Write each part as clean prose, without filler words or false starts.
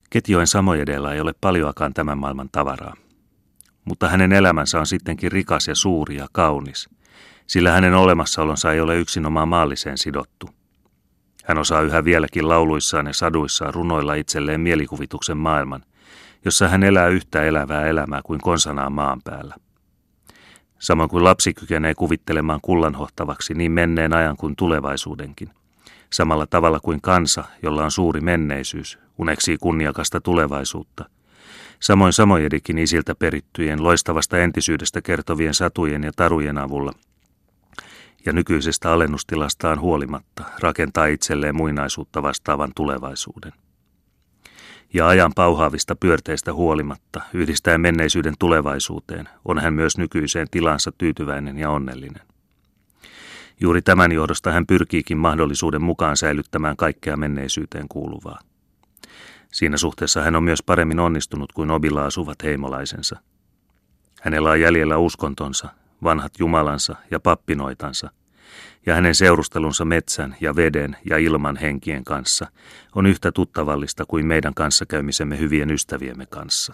Ketjoen Samojedella ei ole paljoakaan tämän maailman tavaraa, mutta hänen elämänsä on sittenkin rikas ja suuri ja kaunis, sillä hänen olemassaolonsa ei ole yksinomaan maalliseen sidottu. Hän osaa yhä vieläkin lauluissaan ja saduissaan runoilla itselleen mielikuvituksen maailman, jossa hän elää yhtä elävää elämää kuin konsanaan maan päällä. Samoin kuin lapsi kykenee kuvittelemaan kullanhohtavaksi niin menneen ajan kuin tulevaisuudenkin. Samalla tavalla kuin kansa, jolla on suuri menneisyys, uneksii kunniakasta tulevaisuutta. Samoin Samojedikin isiltä perittyjen loistavasta entisyydestä kertovien satujen ja tarujen avulla ja nykyisestä alennustilastaan huolimatta rakentaa itselleen muinaisuutta vastaavan tulevaisuuden. Ja ajan pauhaavista pyörteistä huolimatta, yhdistäen menneisyyden tulevaisuuteen, on hän myös nykyiseen tilansa tyytyväinen ja onnellinen. Juuri tämän johdosta hän pyrkiikin mahdollisuuden mukaan säilyttämään kaikkea menneisyyteen kuuluvaa. Siinä suhteessa hän on myös paremmin onnistunut kuin Obilla asuvat heimolaisensa. Hänellä on jäljellä uskontonsa, vanhat jumalansa ja pappinoitansa, ja hänen seurustelunsa metsän ja veden ja ilman henkien kanssa on yhtä tuttavallista kuin meidän kanssakäymisemme hyvien ystäviemme kanssa.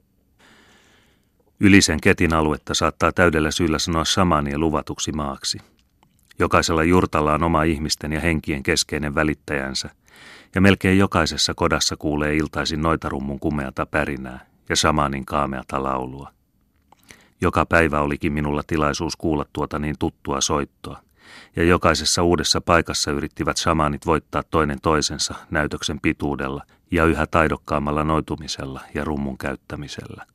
Ylisen Ketin aluetta saattaa täydellä syyllä sanoa Shamanien luvatuksi maaksi. Jokaisella jurtalla on oma ihmisten ja henkien keskeinen välittäjänsä, ja melkein jokaisessa kodassa kuulee iltaisin noitarummun kumeata pärinää ja shamanin kaameata laulua. Joka päivä olikin minulla tilaisuus kuulla tuota niin tuttua soittoa, ja jokaisessa uudessa paikassa yrittivät shamanit voittaa toinen toisensa näytöksen pituudella ja yhä taidokkaammalla noitumisella ja rummun käyttämisellä.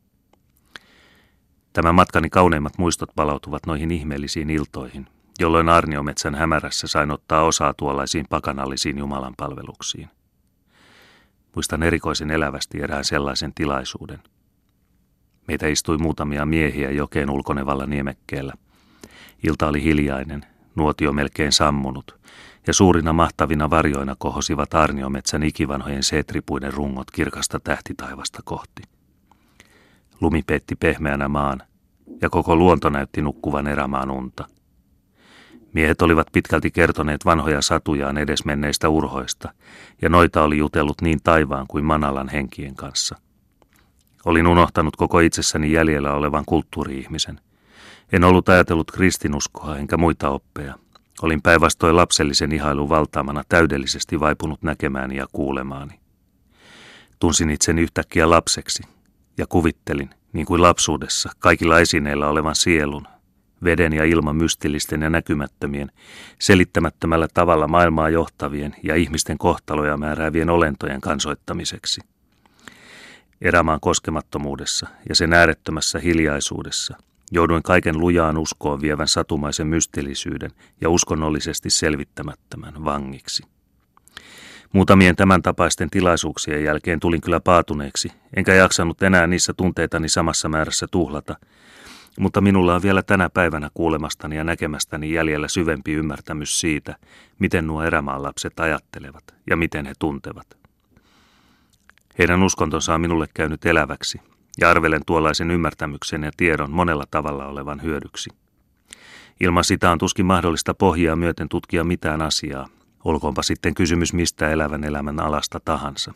Tämän matkani kauneimmat muistot palautuvat noihin ihmeellisiin iltoihin, jolloin Aarniometsän hämärässä sain ottaa osaa tuollaisiin pakanallisiin jumalanpalveluksiin. Muistan erikoisen elävästi erään sellaisen tilaisuuden. Meitä istui muutamia miehiä jokeen ulkonevalla niemekkeellä. Ilta oli hiljainen, nuotio melkein sammunut, ja suurina mahtavina varjoina kohosivat Aarniometsän ikivanhojen seetripuiden rungot kirkasta tähtitaivasta kohti. Lumi peitti pehmeänä maan, ja koko luonto näytti nukkuvan erämaan unta. Miehet olivat pitkälti kertoneet vanhoja satujaan edesmenneistä urhoista, ja noita oli jutellut niin taivaan kuin manalan henkien kanssa. Olin unohtanut koko itsessäni jäljellä olevan kulttuuri-ihmisen. En ollut ajatellut kristinuskoa enkä muita oppeja. Olin päinvastoin lapsellisen ihailun valtaamana täydellisesti vaipunut näkemääni ja kuulemaani. Tunsin itseni yhtäkkiä lapseksi ja kuvittelin, niin kuin lapsuudessa, kaikilla esineillä olevan sielun, veden ja ilman mystillisten ja näkymättömien, selittämättömällä tavalla maailmaa johtavien ja ihmisten kohtaloja määräävien olentojen kansoittamiseksi. Erämaan koskemattomuudessa ja sen äärettömässä hiljaisuudessa jouduin kaiken lujaan uskoon vievän satumaisen mystillisyyden ja uskonnollisesti selvittämättömän vangiksi. Muutamien tämän tapaisten tilaisuuksien jälkeen tulin kyllä paatuneeksi, enkä jaksanut enää niissä tunteitani samassa määrässä tuhlata, mutta minulla on vielä tänä päivänä kuulemastani ja näkemästäni jäljellä syvempi ymmärtämys siitä, miten nuo erämaan lapset ajattelevat ja miten he tuntevat. Heidän uskontonsa on minulle käynyt eläväksi, ja arvelen tuollaisen ymmärtämyksen ja tiedon monella tavalla olevan hyödyksi. Ilman sitä on tuskin mahdollista pohjaa myöten tutkia mitään asiaa, olkoonpa sitten kysymys mistä elävän elämän alasta tahansa.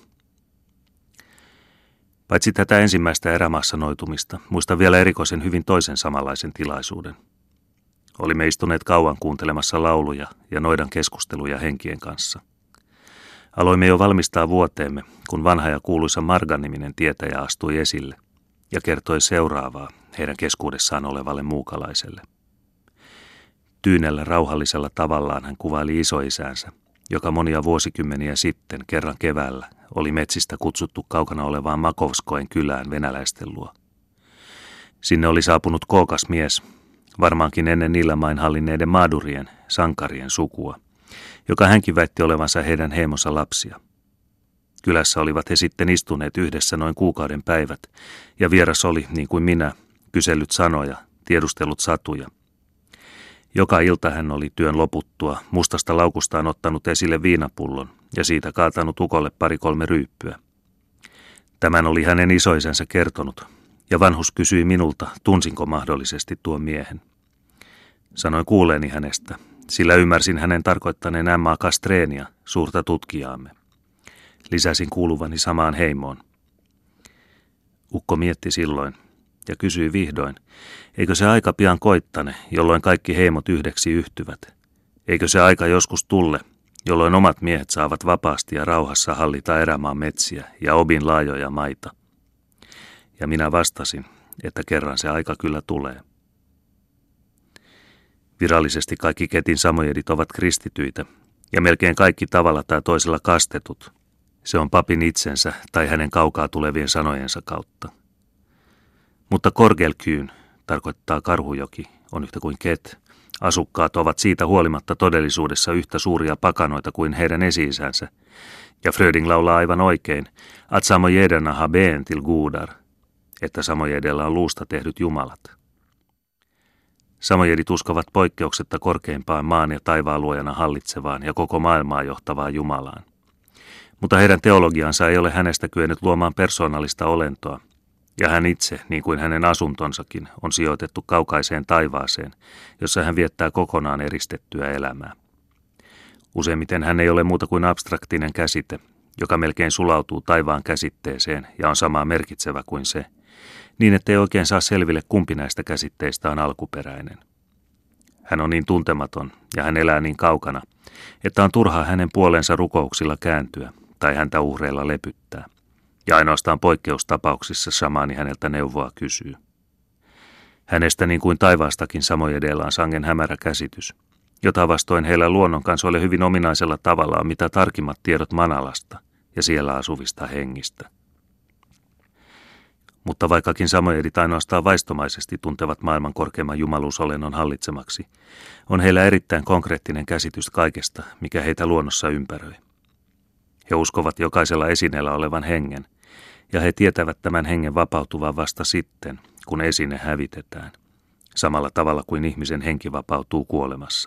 Paitsi tätä ensimmäistä erämaassa noitumista, muistan vielä erikoisen hyvin toisen samanlaisen tilaisuuden. Olimme istuneet kauan kuuntelemassa lauluja ja noidan keskusteluja henkien kanssa. Aloimme jo valmistaa vuoteemme, kun vanha ja kuuluisa Margan-niminen tietäjä astui esille ja kertoi seuraavaa heidän keskuudessaan olevalle muukalaiselle. Tyynellä rauhallisella tavallaan hän kuvaili isoisänsä, joka monia vuosikymmeniä sitten kerran keväällä oli metsistä kutsuttu kaukana olevaan Makovskoen kylään venäläisten luo. Sinne oli saapunut kookas mies, varmaankin ennen niillä main hallinneiden maadurien, sankarien sukua, joka hänkin väitti olevansa heidän heimonsa lapsia. Kylässä olivat he sitten istuneet yhdessä noin kuukauden päivät, ja vieras oli, niin kuin minä, kysellyt sanoja, tiedustellut satuja. Joka ilta hän oli työn loputtua mustasta laukustaan ottanut esille viinapullon ja siitä kaatanut ukolle 2-3 ryyppyä. Tämän oli hänen isoisänsä kertonut, ja vanhus kysyi minulta, tunsinko mahdollisesti tuon miehen. Sanoin kuuleeni hänestä, sillä ymmärsin hänen tarkoittaneen M.A. Kastreenia, suurta tutkijaamme. Lisäsin kuuluvani samaan heimoon. Ukko mietti silloin ja kysyi vihdoin, eikö se aika pian koittane, jolloin kaikki heimot yhdeksi yhtyvät? Eikö se aika joskus tulle, jolloin omat miehet saavat vapaasti ja rauhassa hallita erämaan metsiä ja obin laajoja maita? Ja minä vastasin, että kerran se aika kyllä tulee. Virallisesti kaikki Ketin samojedit ovat kristityitä, ja melkein kaikki tavalla tai toisella kastetut. Se on papin itsensä tai hänen kaukaa tulevien sanojensa kautta. Mutta Korgelkyyn, tarkoittaa Karhujoki, on yhtä kuin Ket. Asukkaat ovat siitä huolimatta todellisuudessa yhtä suuria pakanoita kuin heidän esi-isänsä, ja Fröding laulaa aivan oikein, att samojedarna har ben till gudar, että samojedella on luusta tehdyt jumalat. Samojedit uskovat poikkeuksetta korkeimpaan maan ja taivaan luojana hallitsevaan ja koko maailmaa johtavaan Jumalaan. Mutta heidän teologiansa ei ole hänestä kyennyt luomaan persoonallista olentoa, ja hän itse, niin kuin hänen asuntonsakin, on sijoitettu kaukaiseen taivaaseen, jossa hän viettää kokonaan eristettyä elämää. Useimmiten hän ei ole muuta kuin abstraktinen käsite, joka melkein sulautuu taivaan käsitteeseen ja on samaa merkitsevä kuin se, niin ettei oikein saa selville kumpi näistä käsitteistä on alkuperäinen. Hän on niin tuntematon ja hän elää niin kaukana, että on turhaa hänen puolensa rukouksilla kääntyä tai häntä uhreilla lepyttää. Ja ainoastaan poikkeustapauksissa shamaani häneltä neuvoa kysyy. Hänestä niin kuin taivaastakin samojedella on sangen hämärä käsitys, jota vastoin heillä luonnon kanssa oli hyvin ominaisella tavalla on mitä tarkimmat tiedot Manalasta ja siellä asuvista hengistä. Mutta vaikkakin samojedit ainoastaan vaistomaisesti tuntevat maailman korkeimman jumaluusolennon hallitsemaksi, on heillä erittäin konkreettinen käsitys kaikesta, mikä heitä luonnossa ympäröi. He uskovat jokaisella esineellä olevan hengen, ja he tietävät tämän hengen vapautuvan vasta sitten, kun esine hävitetään, samalla tavalla kuin ihmisen henki vapautuu kuolemassa.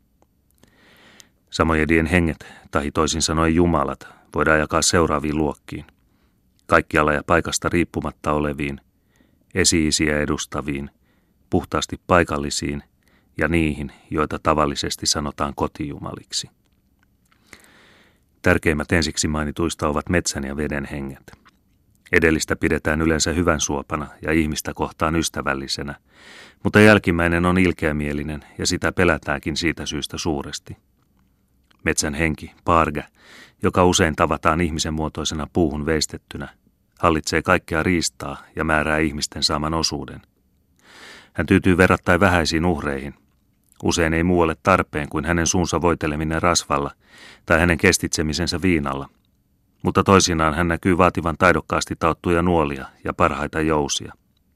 Samojedien henget, tai toisin sanoen jumalat, voidaan jakaa seuraaviin luokkiin. Kaikkialla ja paikasta riippumatta oleviin, esi-isiä edustaviin, puhtaasti paikallisiin ja niihin, joita tavallisesti sanotaan kotijumaliksi. Tärkeimmät ensiksi mainituista ovat metsän ja veden henget. Edellistä pidetään yleensä hyvän suopana ja ihmistä kohtaan ystävällisenä, mutta jälkimmäinen on ilkeämielinen ja sitä pelätäänkin siitä syystä suuresti. Metsän henki, Parga, joka usein tavataan ihmisen muotoisena puuhun veistettynä, hallitsee kaikkea riistaa ja määrää ihmisten saaman osuuden. Hän tyytyy verrattain vähäisiin uhreihin. Usein ei muu ole tarpeen kuin hänen suunsa voiteleminen rasvalla tai hänen kestitsemisensä viinalla, mutta toisinaan hän näkyy vaativan taidokkaasti taottuja nuolia ja parhaita jousia.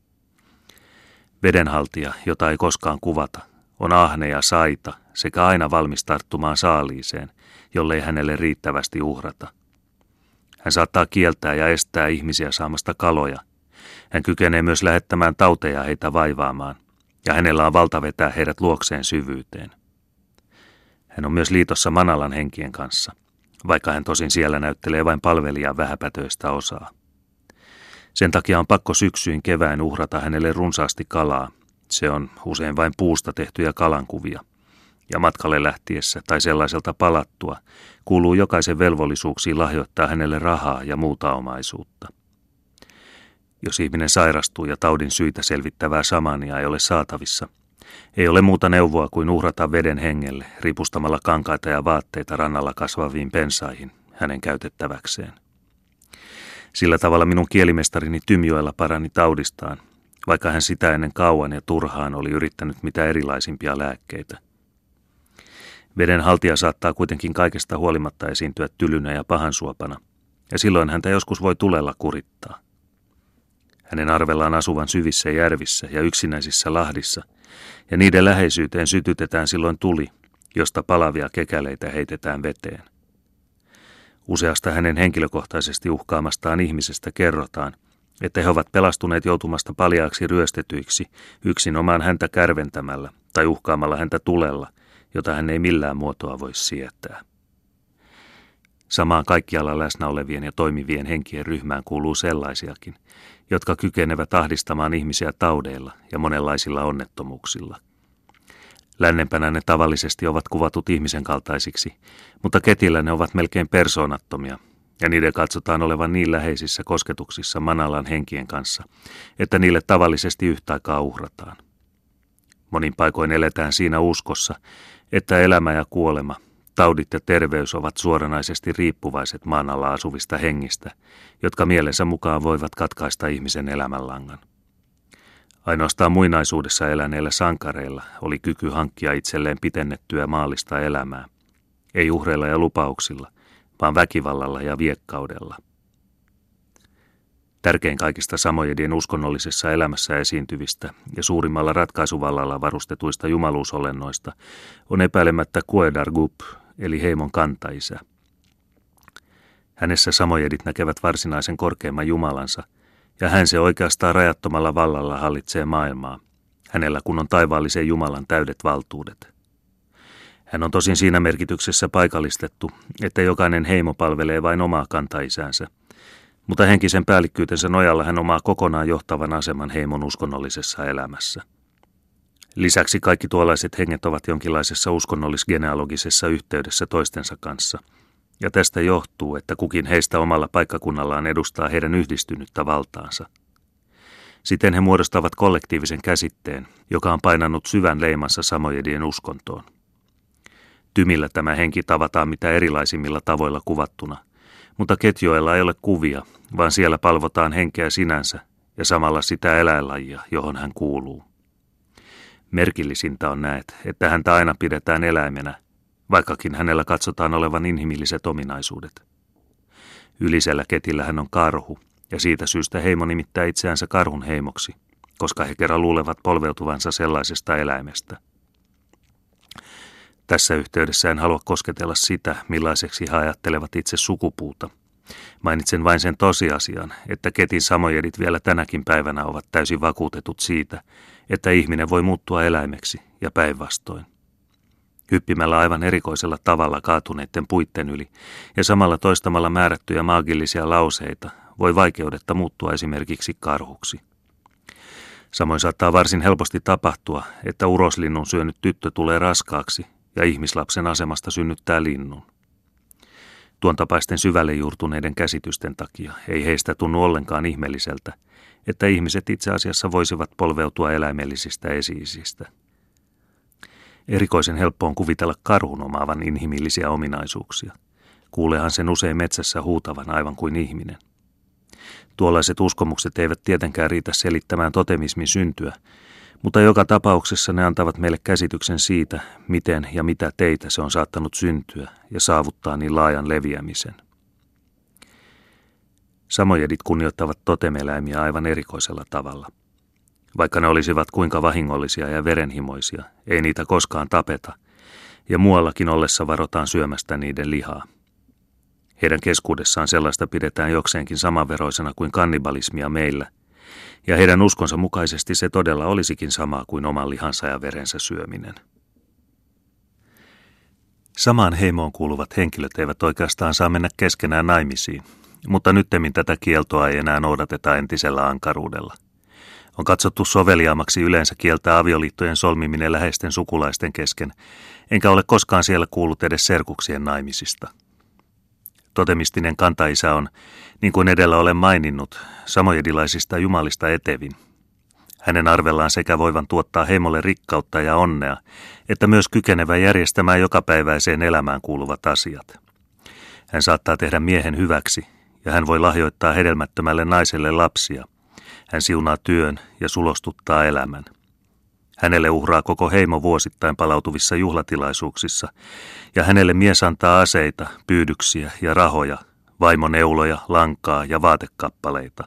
Vedenhaltija, jota ei koskaan kuvata, on ahne ja saita sekä aina valmis tarttumaan saaliiseen, jollei hänelle riittävästi uhrata. Hän saattaa kieltää ja estää ihmisiä saamasta kaloja. Hän kykenee myös lähettämään tauteja heitä vaivaamaan, ja hänellä on valta vetää heidät luokseen syvyyteen. Hän on myös liitossa Manalan henkien kanssa, vaikka hän tosin siellä näyttelee vain palvelijan vähäpätöistä osaa. Sen takia on pakko syksyin kevään uhrata hänelle runsaasti kalaa. Se on usein vain puusta tehtyjä kalankuvia. Ja matkalle lähtiessä tai sellaiselta palattua kuuluu jokaisen velvollisuuksiin lahjoittaa hänelle rahaa ja muuta omaisuutta. Jos ihminen sairastuu ja taudin syitä selvittävää samania ei ole saatavissa, ei ole muuta neuvoa kuin uhrata veden hengelle ripustamalla kankaita ja vaatteita rannalla kasvaviin pensaihin hänen käytettäväkseen. Sillä tavalla minun kielimestarini Tymjoella parani taudistaan, vaikka hän sitä ennen kauan ja turhaan oli yrittänyt mitä erilaisimpia lääkkeitä. Veden haltija saattaa kuitenkin kaikesta huolimatta esiintyä tylynä ja pahansuopana, ja silloin häntä joskus voi tulella kurittaa. Hänen arvellaan asuvan syvissä järvissä ja yksinäisissä lahdissa, ja niiden läheisyyteen sytytetään silloin tuli, josta palavia kekäleitä heitetään veteen. Useasta hänen henkilökohtaisesti uhkaamastaan ihmisestä kerrotaan, että he ovat pelastuneet joutumasta paljaaksi ryöstetyiksi yksin omaan häntä kärventämällä tai uhkaamalla häntä tulella, jota hän ei millään muotoa voi sietää. Samaan kaikkialla läsnä olevien ja toimivien henkien ryhmään kuuluu sellaisiakin, jotka kykenevät ahdistamaan ihmisiä taudeilla ja monenlaisilla onnettomuuksilla. Lännempänä ne tavallisesti ovat kuvatut ihmisen kaltaisiksi, mutta Ketillä ne ovat melkein persoonattomia, ja niiden katsotaan olevan niin läheisissä kosketuksissa Manalan henkien kanssa, että niille tavallisesti yhtä aikaa uhrataan. Monin paikoin eletään siinä uskossa, että elämä ja kuolema, taudit ja terveys ovat suoranaisesti riippuvaiset maan alla asuvista hengistä, jotka mielensä mukaan voivat katkaista ihmisen elämänlangan. Ainoastaan muinaisuudessa eläneillä sankareilla oli kyky hankkia itselleen pitennettyä maallista elämää, ei uhreilla ja lupauksilla, vaan väkivallalla ja viekkaudella. Tärkein kaikista samojedien uskonnollisessa elämässä esiintyvistä ja suurimmalla ratkaisuvallalla varustetuista jumaluusolennoista on epäilemättä Kuedargup, eli heimon kantaisä. Hänessä samojedit näkevät varsinaisen korkeimman jumalansa, ja hän se oikeastaan rajattomalla vallalla hallitsee maailmaa, hänellä kun on taivaallisen Jumalan täydet valtuudet. Hän on tosin siinä merkityksessä paikallistettu, että jokainen heimo palvelee vain omaa kantaisäänsä, mutta henkisen päällikkyytensä nojalla hän omaa kokonaan johtavan aseman heimon uskonnollisessa elämässä. Lisäksi kaikki tuollaiset henget ovat jonkinlaisessa uskonnollis-genealogisessa yhteydessä toistensa kanssa, ja tästä johtuu, että kukin heistä omalla paikkakunnallaan edustaa heidän yhdistynyttä valtaansa. Siten he muodostavat kollektiivisen käsitteen, joka on painanut syvän leimansa samojedien uskontoon. Tymillä tämä henki tavataan mitä erilaisimmilla tavoilla kuvattuna, mutta Ketjoella ei ole kuvia, vaan siellä palvotaan henkeä sinänsä ja samalla sitä eläinlajia, johon hän kuuluu. Merkillisintä on näet, että häntä aina pidetään eläimenä, vaikkakin hänellä katsotaan olevan inhimilliset ominaisuudet. Ylisellä Ketillä hän on karhu, ja siitä syystä heimo nimittää itseänsä karhun heimoksi, koska he kerran luulevat polveutuvansa sellaisesta eläimestä. Tässä yhteydessä en halua kosketella sitä, millaiseksi he ajattelevat itse sukupuuta. Mainitsen vain sen tosiasian, että Ketin samojedit vielä tänäkin päivänä ovat täysin vakuutetut siitä, että ihminen voi muuttua eläimeksi ja päinvastoin. Hyppimällä aivan erikoisella tavalla kaatuneiden puitten yli ja samalla toistamalla määrättyjä maagillisia lauseita voi vaikeudetta muuttua esimerkiksi karhuksi. Samoin saattaa varsin helposti tapahtua, että uroslinnun syönyt tyttö tulee raskaaksi ja ihmislapsen asemasta synnyttää linnun. Tuon tapaisten syvälle juurtuneiden käsitysten takia ei heistä tunnu ollenkaan ihmeelliseltä, että ihmiset itse asiassa voisivat polveutua eläimellisistä esi-isistä. Erikoisen helppo on kuvitella karhun omaavan inhimillisiä ominaisuuksia. Kuuleehan sen usein metsässä huutavan aivan kuin ihminen. Tuollaiset uskomukset eivät tietenkään riitä selittämään totemismin syntyä, mutta joka tapauksessa ne antavat meille käsityksen siitä, miten ja mitä teitä se on saattanut syntyä ja saavuttaa niin laajan leviämisen. Samojedit kunnioittavat totemeläimiä aivan erikoisella tavalla. Vaikka ne olisivat kuinka vahingollisia ja verenhimoisia, ei niitä koskaan tapeta, ja muuallakin ollessa varotaan syömästä niiden lihaa. Heidän keskuudessaan sellaista pidetään jokseenkin samanveroisena kuin kannibalismia meillä, ja heidän uskonsa mukaisesti se todella olisikin samaa kuin oman lihansa ja verensä syöminen. Samaan heimoon kuuluvat henkilöt eivät oikeastaan saa mennä keskenään naimisiin, mutta nyttemmin tätä kieltoa ei enää noudateta entisellä ankaruudella. On katsottu soveliaamaksi yleensä kieltää avioliittojen solmiminen läheisten sukulaisten kesken, enkä ole koskaan siellä kuullut edes serkuksien naimisista. Totemistinen kantaisä on, niin kuin edellä olen maininnut, samojedilaisista jumalista etevin. Hänen arvellaan sekä voivan tuottaa heimolle rikkautta ja onnea, että myös kykenevä järjestämään jokapäiväiseen elämään kuuluvat asiat. Hän saattaa tehdä miehen hyväksi, ja hän voi lahjoittaa hedelmättömälle naiselle lapsia. Hän siunaa työn ja sulostuttaa elämän. Hänelle uhraa koko heimo vuosittain palautuvissa juhlatilaisuuksissa, ja hänelle mies antaa aseita, pyydyksiä ja rahoja, vaimoneuloja, lankaa ja vaatekappaleita.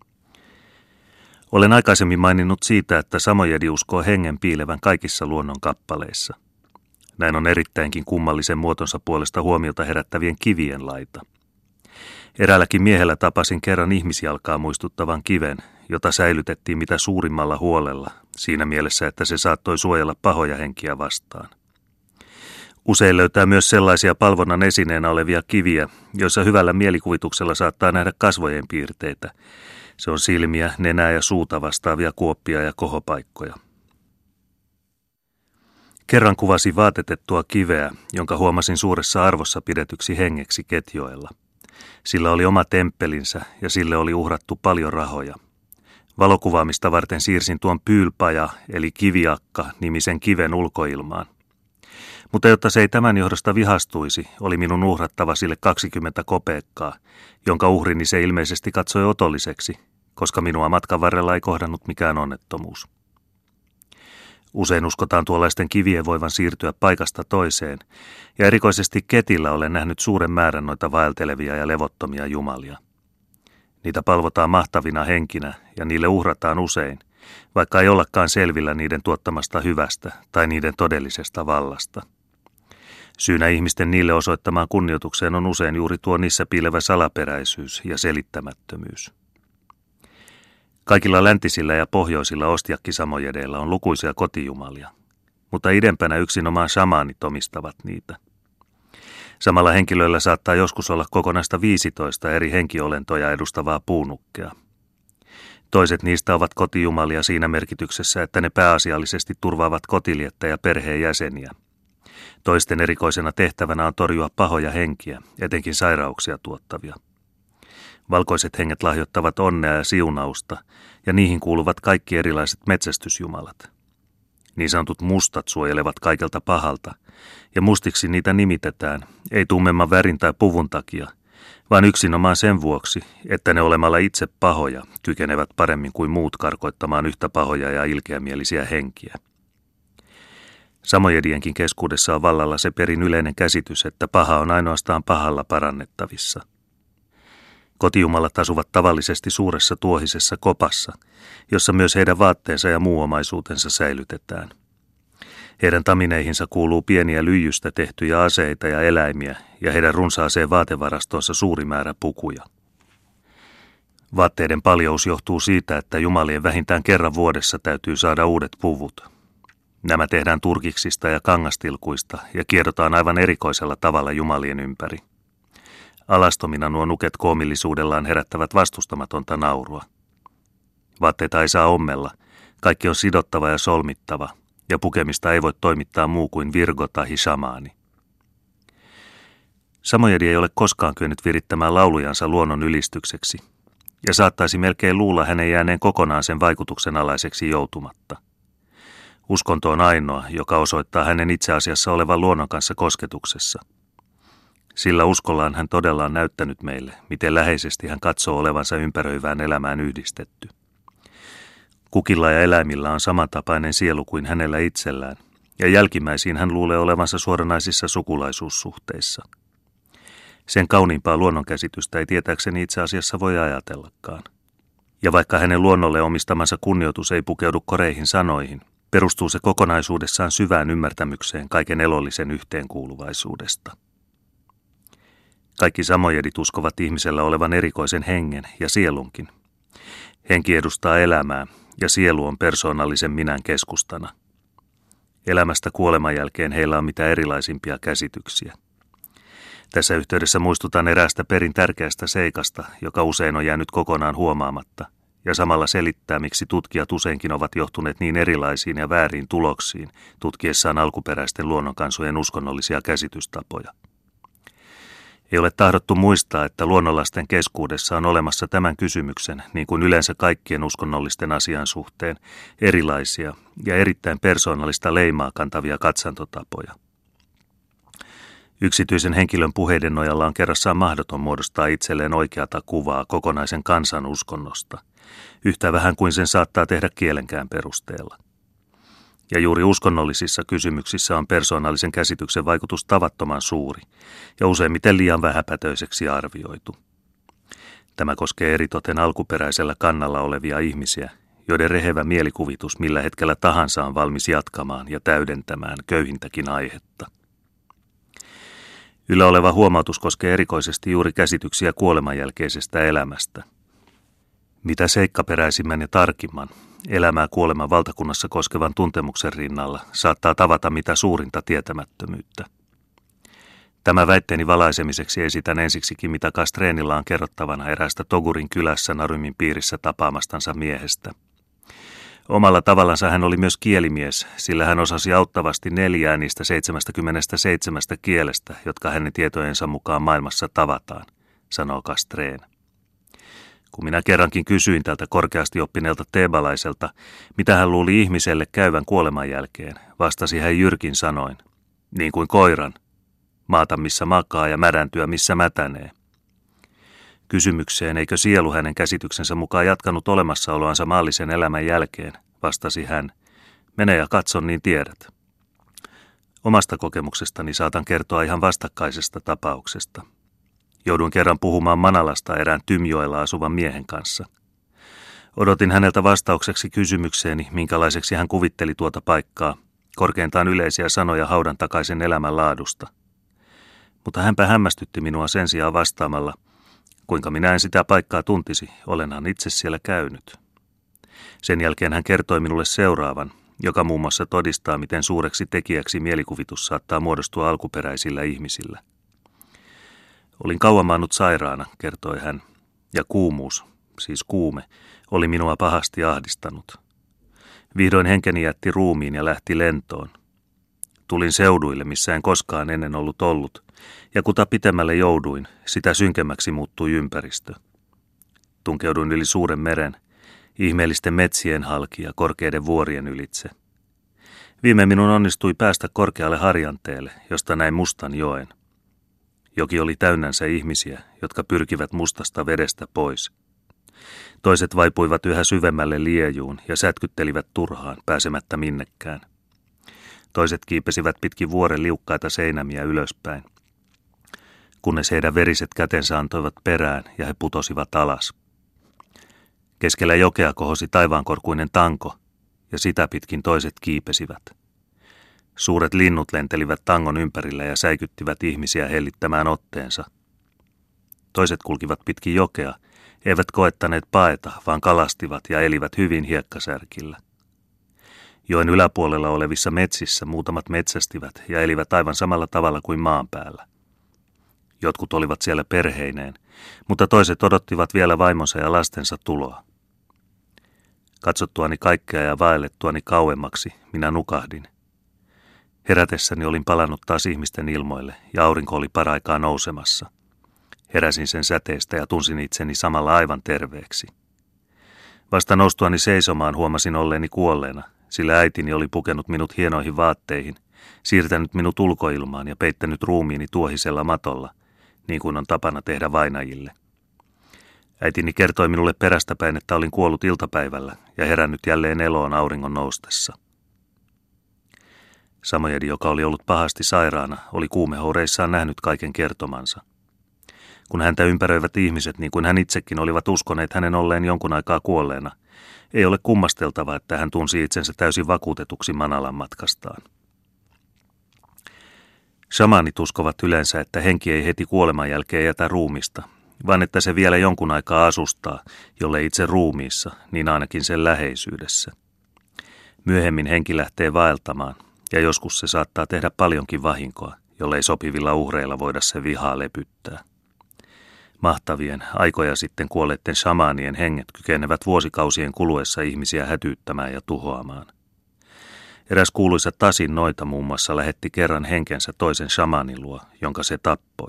Olen aikaisemmin maininnut siitä, että samojedi uskoo hengen piilevän kaikissa luonnon kappaleissa. Näin on erittäinkin kummallisen muotonsa puolesta huomiota herättävien kivien laita. Eräälläkin miehellä tapasin kerran ihmisjalkaa muistuttavan kiven, jota säilytettiin mitä suurimmalla huolella, siinä mielessä, että se saattoi suojella pahoja henkiä vastaan. Usein löytää myös sellaisia palvonnan esineenä olevia kiviä, joissa hyvällä mielikuvituksella saattaa nähdä kasvojen piirteitä. Se on silmiä, nenää ja suuta vastaavia kuoppia ja kohopaikkoja. Kerran kuvasin vaatetettua kiveä, jonka huomasin suuressa arvossa pidetyksi hengeksi Ketjoella. Sillä oli oma temppelinsä ja sille oli uhrattu paljon rahoja. Valokuvaamista varten siirsin tuon Pyylpaja eli Kiviakka-nimisen kiven ulkoilmaan. Mutta jotta se ei tämän johdosta vihastuisi, oli minun uhrattava sille 20 kopeekkaa, jonka uhrini se ilmeisesti katsoi otolliseksi, koska minua matkan varrella ei kohdannut mikään onnettomuus. Usein uskotaan tuollaisten kivien voivan siirtyä paikasta toiseen, ja erikoisesti Ketillä olen nähnyt suuren määrän noita vaeltelevia ja levottomia jumalia. Niitä palvotaan mahtavina henkinä ja niille uhrataan usein, vaikka ei ollakaan selvillä niiden tuottamasta hyvästä tai niiden todellisesta vallasta. Syynä ihmisten niille osoittamaan kunnioitukseen on usein juuri tuo niissä piilevä salaperäisyys ja selittämättömyys. Kaikilla läntisillä ja pohjoisilla ostiakkisamojedeilla on lukuisia kotijumalia, mutta idempänä yksinomaan shamaanit omistavat niitä. Samalla henkilöllä saattaa joskus olla kokonaista 15 eri henkiolentoja edustavaa puunukkea. Toiset niistä ovat kotijumalia siinä merkityksessä, että ne pääasiallisesti turvaavat kotiliettä ja perheenjäseniä. Toisten erikoisena tehtävänä on torjua pahoja henkiä, etenkin sairauksia tuottavia. Valkoiset henget lahjoittavat onnea ja siunausta, ja niihin kuuluvat kaikki erilaiset metsästysjumalat. Niin sanotut mustat suojelevat kaikelta pahalta, ja mustiksi niitä nimitetään, ei tummemman värin tai puvun takia, vaan yksinomaan sen vuoksi, että ne olemalla itse pahoja kykenevät paremmin kuin muut karkoittamaan yhtä pahoja ja ilkeämielisiä henkiä. Samojedienkin keskuudessa on vallalla se perin yleinen käsitys, että paha on ainoastaan pahalla parannettavissa. Kotijumalat asuvat tavallisesti suuressa tuohisessa kopassa, jossa myös heidän vaatteensa ja muu omaisuutensa säilytetään. Heidän tamineihinsa kuuluu pieniä lyijystä tehtyjä aseita ja eläimiä ja heidän runsaaseen vaatevarastoonsa suuri määrä pukuja. Vaatteiden paljous johtuu siitä, että jumalien vähintään kerran vuodessa täytyy saada uudet puvut. Nämä tehdään turkiksista ja kangastilkuista ja kierrotaan aivan erikoisella tavalla jumalien ympäri. Alastomina nuo nuket koomillisuudellaan herättävät vastustamatonta naurua. Vaatteita ei saa ommella, kaikki on sidottava ja solmittava, ja pukemista ei voi toimittaa muu kuin virgo tai shamaani. Samojedi ei ole koskaan kyennyt virittämään laulujansa luonnon ylistykseksi, ja saattaisi melkein luulla hänen jääneen kokonaan sen vaikutuksen alaiseksi joutumatta. Uskonto on ainoa, joka osoittaa hänen itse asiassa olevan luonnon kanssa kosketuksessa. Sillä uskollaan hän todella on näyttänyt meille, miten läheisesti hän katsoo olevansa ympäröivään elämään yhdistetty. Kukilla ja eläimillä on samantapainen sielu kuin hänellä itsellään, ja jälkimmäisiin hän luulee olevansa suoranaisissa sukulaisuussuhteissa. Sen kauniimpaa luonnonkäsitystä ei tietääkseni itse asiassa voi ajatellakaan. Ja vaikka hänen luonnolle omistamansa kunnioitus ei pukeudu koreihin sanoihin, perustuu se kokonaisuudessaan syvään ymmärtämykseen kaiken elollisen yhteenkuuluvaisuudesta. Kaikki samojedit uskovat ihmisellä olevan erikoisen hengen ja sielunkin. Henki edustaa elämää ja sielu on persoonallisen minän keskustana. Elämästä kuoleman jälkeen heillä on mitä erilaisimpia käsityksiä. Tässä yhteydessä muistutan eräästä perin tärkeästä seikasta, joka usein on jäänyt kokonaan huomaamatta, ja samalla selittää, miksi tutkijat useinkin ovat johtuneet niin erilaisiin ja vääriin tuloksiin tutkiessaan alkuperäisten luonnonkansojen uskonnollisia käsitystapoja. Ei ole tahdottu muistaa, että luonnonlasten keskuudessa on olemassa tämän kysymyksen, niin kuin yleensä kaikkien uskonnollisten asian suhteen, erilaisia ja erittäin persoonallista leimaa kantavia katsantotapoja. Yksityisen henkilön puheiden nojalla on kerrassaan mahdoton muodostaa itselleen oikeata kuvaa kokonaisen kansan uskonnosta, yhtä vähän kuin sen saattaa tehdä kielenkään perusteella. Ja juuri uskonnollisissa kysymyksissä on persoonallisen käsityksen vaikutus tavattoman suuri ja useimmiten liian vähäpätöiseksi arvioitu. Tämä koskee eritoten alkuperäisellä kannalla olevia ihmisiä, joiden rehevä mielikuvitus millä hetkellä tahansa on valmis jatkamaan ja täydentämään köyhintäkin aihetta. Yllä oleva huomautus koskee erikoisesti juuri käsityksiä kuoleman jälkeisestä elämästä. Mitä seikkaperäisimmän ja tarkimman, elämää kuoleman valtakunnassa koskevan tuntemuksen rinnalla saattaa tavata mitä suurinta tietämättömyyttä. Tämä väitteeni valaisemiseksi esitän ensiksikin, mitä Castreenilla on kerrottavana eräästä Togurin kylässä Narymin piirissä tapaamastansa miehestä. Omalla tavallansa hän oli myös kielimies, sillä hän osasi auttavasti 4 niistä 77 kielestä, jotka hänen tietojensa mukaan maailmassa tavataan, sanoo Kastreen. Kun minä kerrankin kysyin tältä korkeasti oppineelta teebalaiselta, mitä hän luuli ihmiselle käyvän kuoleman jälkeen, vastasi hän jyrkin sanoin, niin kuin koiran, maata missä makaa ja mädäntyä missä mätänee. Kysymykseen, eikö sielu hänen käsityksensä mukaan jatkanut olemassaoloansa maallisen elämän jälkeen, vastasi hän, mene ja katso, niin tiedät. Omasta kokemuksestani saatan kertoa ihan vastakkaisesta tapauksesta. Jouduin kerran puhumaan Manalasta erään Tymjoella asuvan miehen kanssa. Odotin häneltä vastaukseksi kysymykseeni, minkälaiseksi hän kuvitteli tuota paikkaa, korkeintaan yleisiä sanoja haudan takaisen elämän laadusta. Mutta hänpä hämmästytti minua sen sijaan vastaamalla, kuinka minä en sitä paikkaa tuntisi, olenhan itse siellä käynyt. Sen jälkeen hän kertoi minulle seuraavan, joka muun muassa todistaa, miten suureksi tekijäksi mielikuvitus saattaa muodostua alkuperäisillä ihmisillä. Olin kauan maannut sairaana, kertoi hän, ja kuumuus, siis kuume, oli minua pahasti ahdistanut. Vihdoin henkeni jätti ruumiin ja lähti lentoon. Tulin seuduille, missä en koskaan ennen ollut, ja kuta pitemmälle jouduin, sitä synkemmäksi muuttui ympäristö. Tunkeuduin yli suuren meren, ihmeellisten metsien halki ja korkeiden vuorien ylitse. Viime minun onnistui päästä korkealle harjanteelle, josta näin mustan joen. Joki oli täynnänsä ihmisiä, jotka pyrkivät mustasta vedestä pois. Toiset vaipuivat yhä syvemmälle liejuun ja sätkyttelivät turhaan pääsemättä minnekään. Toiset kiipesivät pitkin vuoren liukkaita seinämiä ylöspäin, kunnes heidän veriset kätensä antoivat perään ja he putosivat alas. Keskellä jokea kohosi taivaankorkuinen tanko, ja sitä pitkin toiset kiipesivät. Suuret linnut lentelivät tangon ympärillä ja säikyttivät ihmisiä hellittämään otteensa. Toiset kulkivat pitkin jokea, eivät koettaneet paeta, vaan kalastivat ja elivät hyvin hiekkasärkillä. Joen yläpuolella olevissa metsissä muutamat metsästivät ja elivät aivan samalla tavalla kuin maan päällä. Jotkut olivat siellä perheineen, mutta toiset odottivat vielä vaimonsa ja lastensa tuloa. Katsottuani kaikkea ja vaellettuani kauemmaksi, minä nukahdin. Herätessäni olin palannut taas ihmisten ilmoille ja aurinko oli paraikaa nousemassa. Heräsin sen säteestä ja tunsin itseni samalla aivan terveeksi. Vasta noustuani seisomaan huomasin olleeni kuolleena, sillä äitini oli pukenut minut hienoihin vaatteihin, siirtänyt minut ulkoilmaan ja peittänyt ruumiini tuohisella matolla, niin kuin on tapana tehdä vainajille. Äitini kertoi minulle perästäpäin, että olin kuollut iltapäivällä ja herännyt jälleen eloon auringon noustessa. Samojedi, joka oli ollut pahasti sairaana, oli kuumehoureissaan nähnyt kaiken kertomansa. Kun häntä ympäröivät ihmiset, niin kuin hän itsekin olivat uskoneet hänen olleen jonkun aikaa kuolleena, ei ole kummasteltava, että hän tunsi itsensä täysin vakuutetuksi Manalan matkastaan. Shamanit uskovat yleensä, että henki ei heti kuoleman jälkeen jätä ruumista, vaan että se vielä jonkun aikaa asustaa, jolle itse ruumiissa, niin ainakin sen läheisyydessä. Myöhemmin henki lähtee vaeltamaan, ja joskus se saattaa tehdä paljonkin vahinkoa, jollei sopivilla uhreilla voida se vihaa lepyttää. Mahtavien, aikoja sitten kuolleiden shamanien henget kykenevät vuosikausien kuluessa ihmisiä hätyyttämään ja tuhoamaan. Eräs kuuluisa Tasin noita muun muassa lähetti kerran henkensä toisen shamanin luo, jonka se tappoi.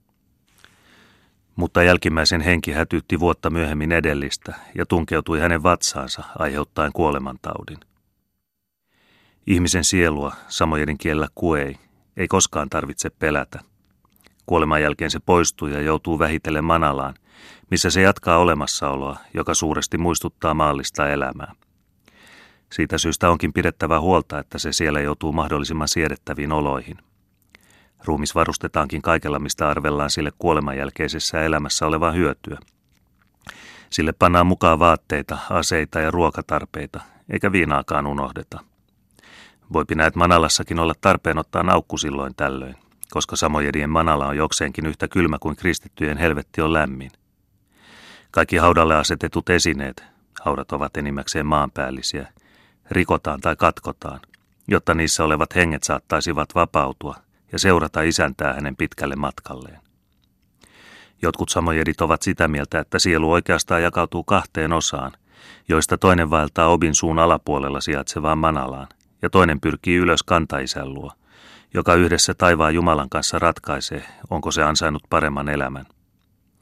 Mutta jälkimmäisen henki hätyytti vuotta myöhemmin edellistä ja tunkeutui hänen vatsaansa aiheuttaen kuolemantaudin. Ihmisen sielua, Samojedin kielellä kuei, ei koskaan tarvitse pelätä. Kuoleman jälkeen se poistuu ja joutuu vähitellen Manalaan, missä se jatkaa olemassaoloa, joka suuresti muistuttaa maallista elämää. Siitä syystä onkin pidettävä huolta, että se siellä joutuu mahdollisimman siedettäviin oloihin. Ruumis varustetaankin kaikella, mistä arvellaan sille kuoleman jälkeisessä elämässä olevan hyötyä. Sille pannaan mukaan vaatteita, aseita ja ruokatarpeita, eikä viinaakaan unohdeta. Voipi näet Manalassakin olla tarpeen ottaa naukku silloin tällöin, koska Samojedien Manala on jokseenkin yhtä kylmä kuin kristittyjen helvetti on lämmin. Kaikki haudalle asetetut esineet, haudat ovat enimmäkseen maanpäällisiä, rikotaan tai katkotaan, jotta niissä olevat henget saattaisivat vapautua ja seurata isäntää hänen pitkälle matkalleen. Jotkut Samojedit ovat sitä mieltä, että sielu oikeastaan jakautuu kahteen osaan, joista toinen vaeltaa Obin suun alapuolella sijaitsevaan Manalaan, ja toinen pyrkii ylös kantaisän luo, joka yhdessä taivaan Jumalan kanssa ratkaisee, onko se ansainnut paremman elämän.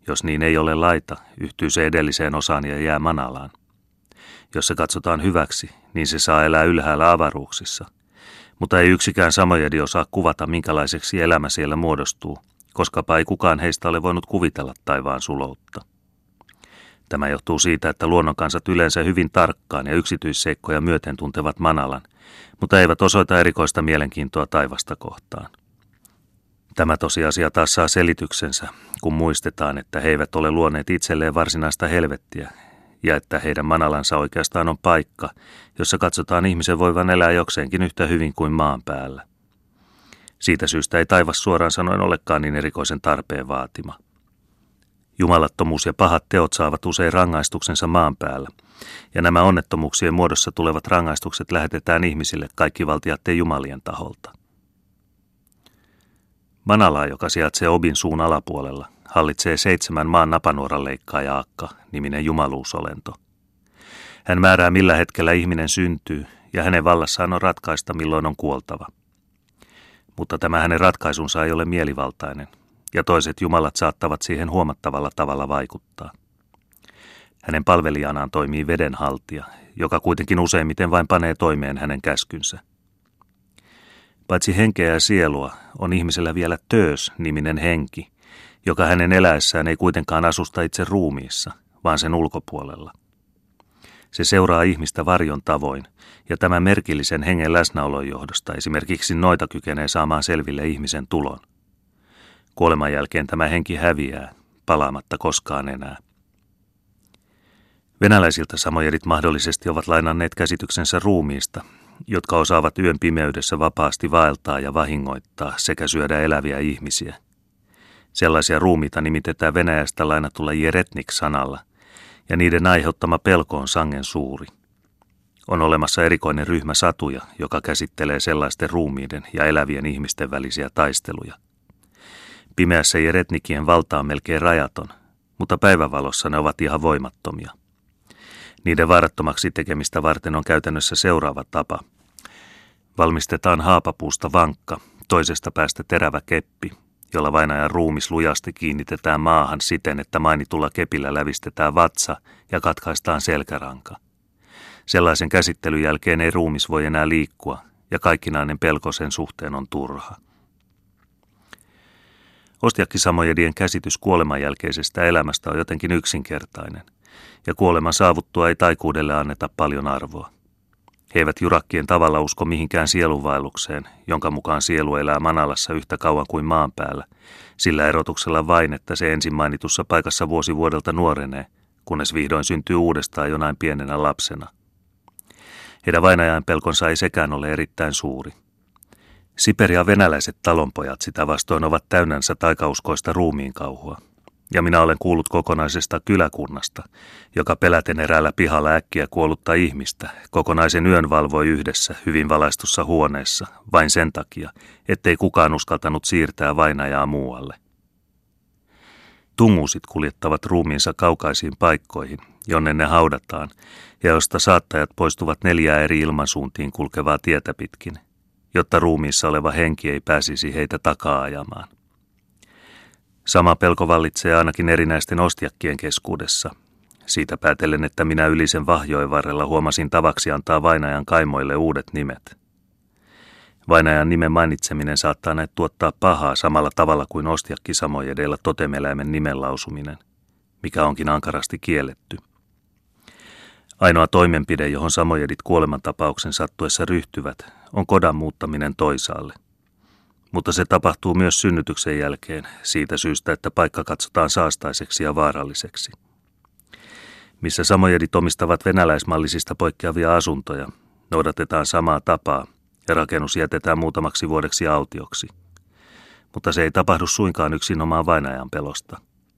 Jos niin ei ole laita, yhtyy se edelliseen osaan ja jää manalaan. Jos se katsotaan hyväksi, niin se saa elää ylhäällä avaruuksissa. Mutta ei yksikään samojedi osaa kuvata, minkälaiseksi elämä siellä muodostuu, koskapa ei kukaan heistä ole voinut kuvitella taivaan suloutta. Tämä johtuu siitä, että luonnonkansat yleensä hyvin tarkkaan ja yksityisseikkoja myöten tuntevat manalan, mutta eivät osoita erikoista mielenkiintoa taivasta kohtaan. Tämä tosiasia taas saa selityksensä, kun muistetaan, että he eivät ole luoneet itselleen varsinaista helvettiä, ja että heidän manalansa oikeastaan on paikka, jossa katsotaan ihmisen voivan elää jokseenkin yhtä hyvin kuin maan päällä. Siitä syystä ei taivas suoraan sanoen olekaan niin erikoisen tarpeen vaatima. Jumalattomuus ja pahat teot saavat usein rangaistuksensa maan päällä, ja nämä onnettomuuksien muodossa tulevat rangaistukset lähetetään ihmisille kaikkivaltiaiden jumalien taholta. Manala, joka sijaitsee Obin suun alapuolella, hallitsee 7 maan napanuoran leikkaaja Akka, niminen jumaluusolento. Hän määrää millä hetkellä ihminen syntyy, ja hänen vallassaan on ratkaista milloin on kuoltava. Mutta tämä hänen ratkaisunsa ei ole mielivaltainen, ja toiset jumalat saattavat siihen huomattavalla tavalla vaikuttaa. Hänen palvelijanaan toimii vedenhaltija, joka kuitenkin useimmiten vain panee toimeen hänen käskynsä. Paitsi henkeä ja sielua on ihmisellä vielä Töös-niminen henki, joka hänen eläessään ei kuitenkaan asusta itse ruumiissa, vaan sen ulkopuolella. Se seuraa ihmistä varjon tavoin, ja tämän merkillisen hengen läsnäolon johdosta esimerkiksi noita kykenee saamaan selville ihmisen tulon. Kuoleman jälkeen tämä henki häviää, palaamatta koskaan enää. Venäläisiltä samojedit mahdollisesti ovat lainanneet käsityksensä ruumiista, jotka osaavat yön pimeydessä vapaasti vaeltaa ja vahingoittaa sekä syödä eläviä ihmisiä. Sellaisia ruumiita nimitetään Venäjästä lainatulla jeretnik-sanalla, ja niiden aiheuttama pelko on sangen suuri. On olemassa erikoinen ryhmä satuja, joka käsittelee sellaisten ruumiiden ja elävien ihmisten välisiä taisteluja. Pimeässä jeretnikien valta on melkein rajaton, mutta päivävalossa ne ovat ihan voimattomia. Niiden vaarattomaksi tekemistä varten on käytännössä seuraava tapa. Valmistetaan haapapuusta vankka, toisesta päästä terävä keppi, jolla vainajan ruumis lujasti kiinnitetään maahan siten, että mainitulla kepillä lävistetään vatsa ja katkaistaan selkäranka. Sellaisen käsittelyn jälkeen ei ruumis voi enää liikkua, ja kaikkinainen pelko sen suhteen on turha. Ostiakki-samojedien käsitys kuoleman jälkeisestä elämästä on jotenkin yksinkertainen, ja kuoleman saavuttua ei taikuudelle anneta paljon arvoa. He eivät jurakkien tavalla usko mihinkään sielunvaellukseen, jonka mukaan sielu elää manalassa yhtä kauan kuin maan päällä, sillä erotuksella vain, että se ensin mainitussa paikassa vuosi vuodelta nuorenee, kunnes vihdoin syntyy uudestaan jonain pienenä lapsena. Heidän vainajan pelkonsa ei sekään ole erittäin suuri. Siperian venäläiset talonpojat sitä vastoin ovat täynnänsä taikauskoista ruumiinkauhua. Ja minä olen kuullut kokonaisesta kyläkunnasta, joka peläten eräällä pihalla äkkiä kuollutta ihmistä kokonaisen yön valvoi yhdessä hyvin valaistussa huoneessa vain sen takia, ettei kukaan uskaltanut siirtää vainajaa muualle. Tungusit kuljettavat ruumiinsa kaukaisiin paikkoihin, jonne ne haudataan, ja josta saattajat poistuvat 4 eri ilmansuuntiin kulkevaa tietä pitkin, jotta ruumiissa oleva henki ei pääsisi heitä takaa ajamaan. Sama pelko vallitsee ainakin erinäisten ostiakkien keskuudessa. Siitä päätellen, että minä ylisen vahjojen varrella huomasin tavaksi antaa vainajan kaimoille uudet nimet. Vainajan nimen mainitseminen saattaa näet tuottaa pahaa samalla tavalla kuin ostiakki-samojedeilla totemeläimen nimen lausuminen, mikä onkin ankarasti kielletty. Ainoa toimenpide, johon samojedit kuolemantapauksen sattuessa ryhtyvät, on kodan muuttaminen toisaalle. Mutta se tapahtuu myös synnytyksen jälkeen siitä syystä, että paikka katsotaan saastaiseksi ja vaaralliseksi. Missä samojedit omistavat venäläismallisista poikkeavia asuntoja, noudatetaan samaa tapaa ja rakennus jätetään muutamaksi vuodeksi autioksi. Mutta se ei tapahdu suinkaan yksinomaan vainajan pelosta.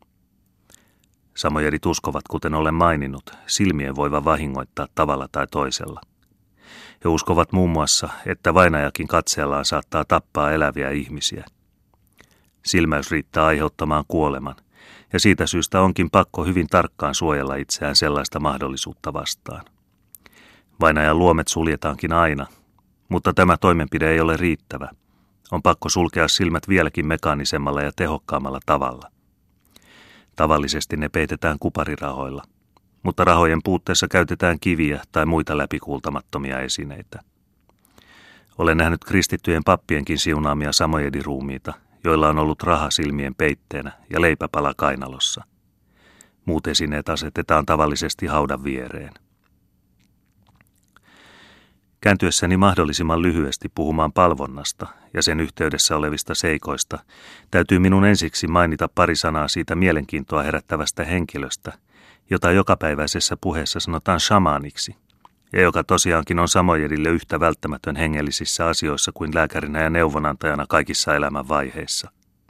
Samojedit uskovat, kuten olen maininnut, silmien voivan vahingoittaa tavalla tai toisella. He uskovat muun muassa, että vainajakin katseellaan saattaa tappaa eläviä ihmisiä. Silmäys riittää aiheuttamaan kuoleman, ja siitä syystä onkin pakko hyvin tarkkaan suojella itseään sellaista mahdollisuutta vastaan. Vainajan luomet suljetaankin aina, mutta tämä toimenpide ei ole riittävä. On pakko sulkea silmät vieläkin mekaanisemmalla ja tehokkaammalla tavalla. Tavallisesti ne peitetään kuparirahoilla, mutta rahojen puutteessa käytetään kiviä tai muita läpikuultamattomia esineitä. Olen nähnyt kristittyjen pappienkin siunaamia samojediruumiita, joilla on ollut raha silmien peitteenä ja leipäpala kainalossa. Muut esineet asetetaan tavallisesti haudan viereen. Kääntyessäni mahdollisimman lyhyesti puhumaan palvonnasta ja sen yhteydessä olevista seikoista, täytyy minun ensiksi mainita pari sanaa siitä mielenkiintoa herättävästä henkilöstä, jota jokapäiväisessä puheessa sanotaan shamaniksi, ja joka tosiaankin on samojedille yhtä välttämätön hengellisissä asioissa kuin lääkärinä ja neuvonantajana kaikissa elämän vaiheissa.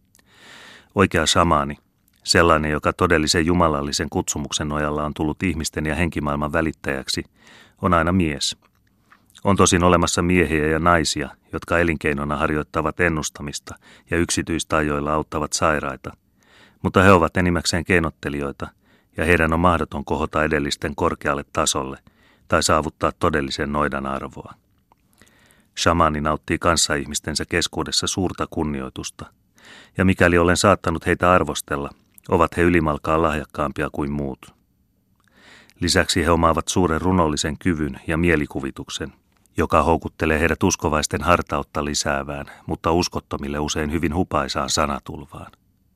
Oikea shamani, sellainen, joka todellisen jumalallisen kutsumuksen nojalla on tullut ihmisten ja henkimaailman välittäjäksi, on aina mies. On tosin olemassa miehiä ja naisia, jotka elinkeinona harjoittavat ennustamista ja yksityistajoilla auttavat sairaita, mutta he ovat enimmäkseen keinottelijoita, ja heidän on mahdoton kohota edellisten korkealle tasolle tai saavuttaa todellisen noidan arvoa. Shamani nauttii kanssaihmistensä keskuudessa suurta kunnioitusta, ja mikäli olen saattanut heitä arvostella, ovat he ylimalkaan lahjakkaampia kuin muut. Lisäksi he omaavat suuren runollisen kyvyn ja mielikuvituksen, joka houkuttelee heidät uskovaisten hartautta lisäävään, mutta uskottomille usein hyvin hupaisaan sanatulvaan.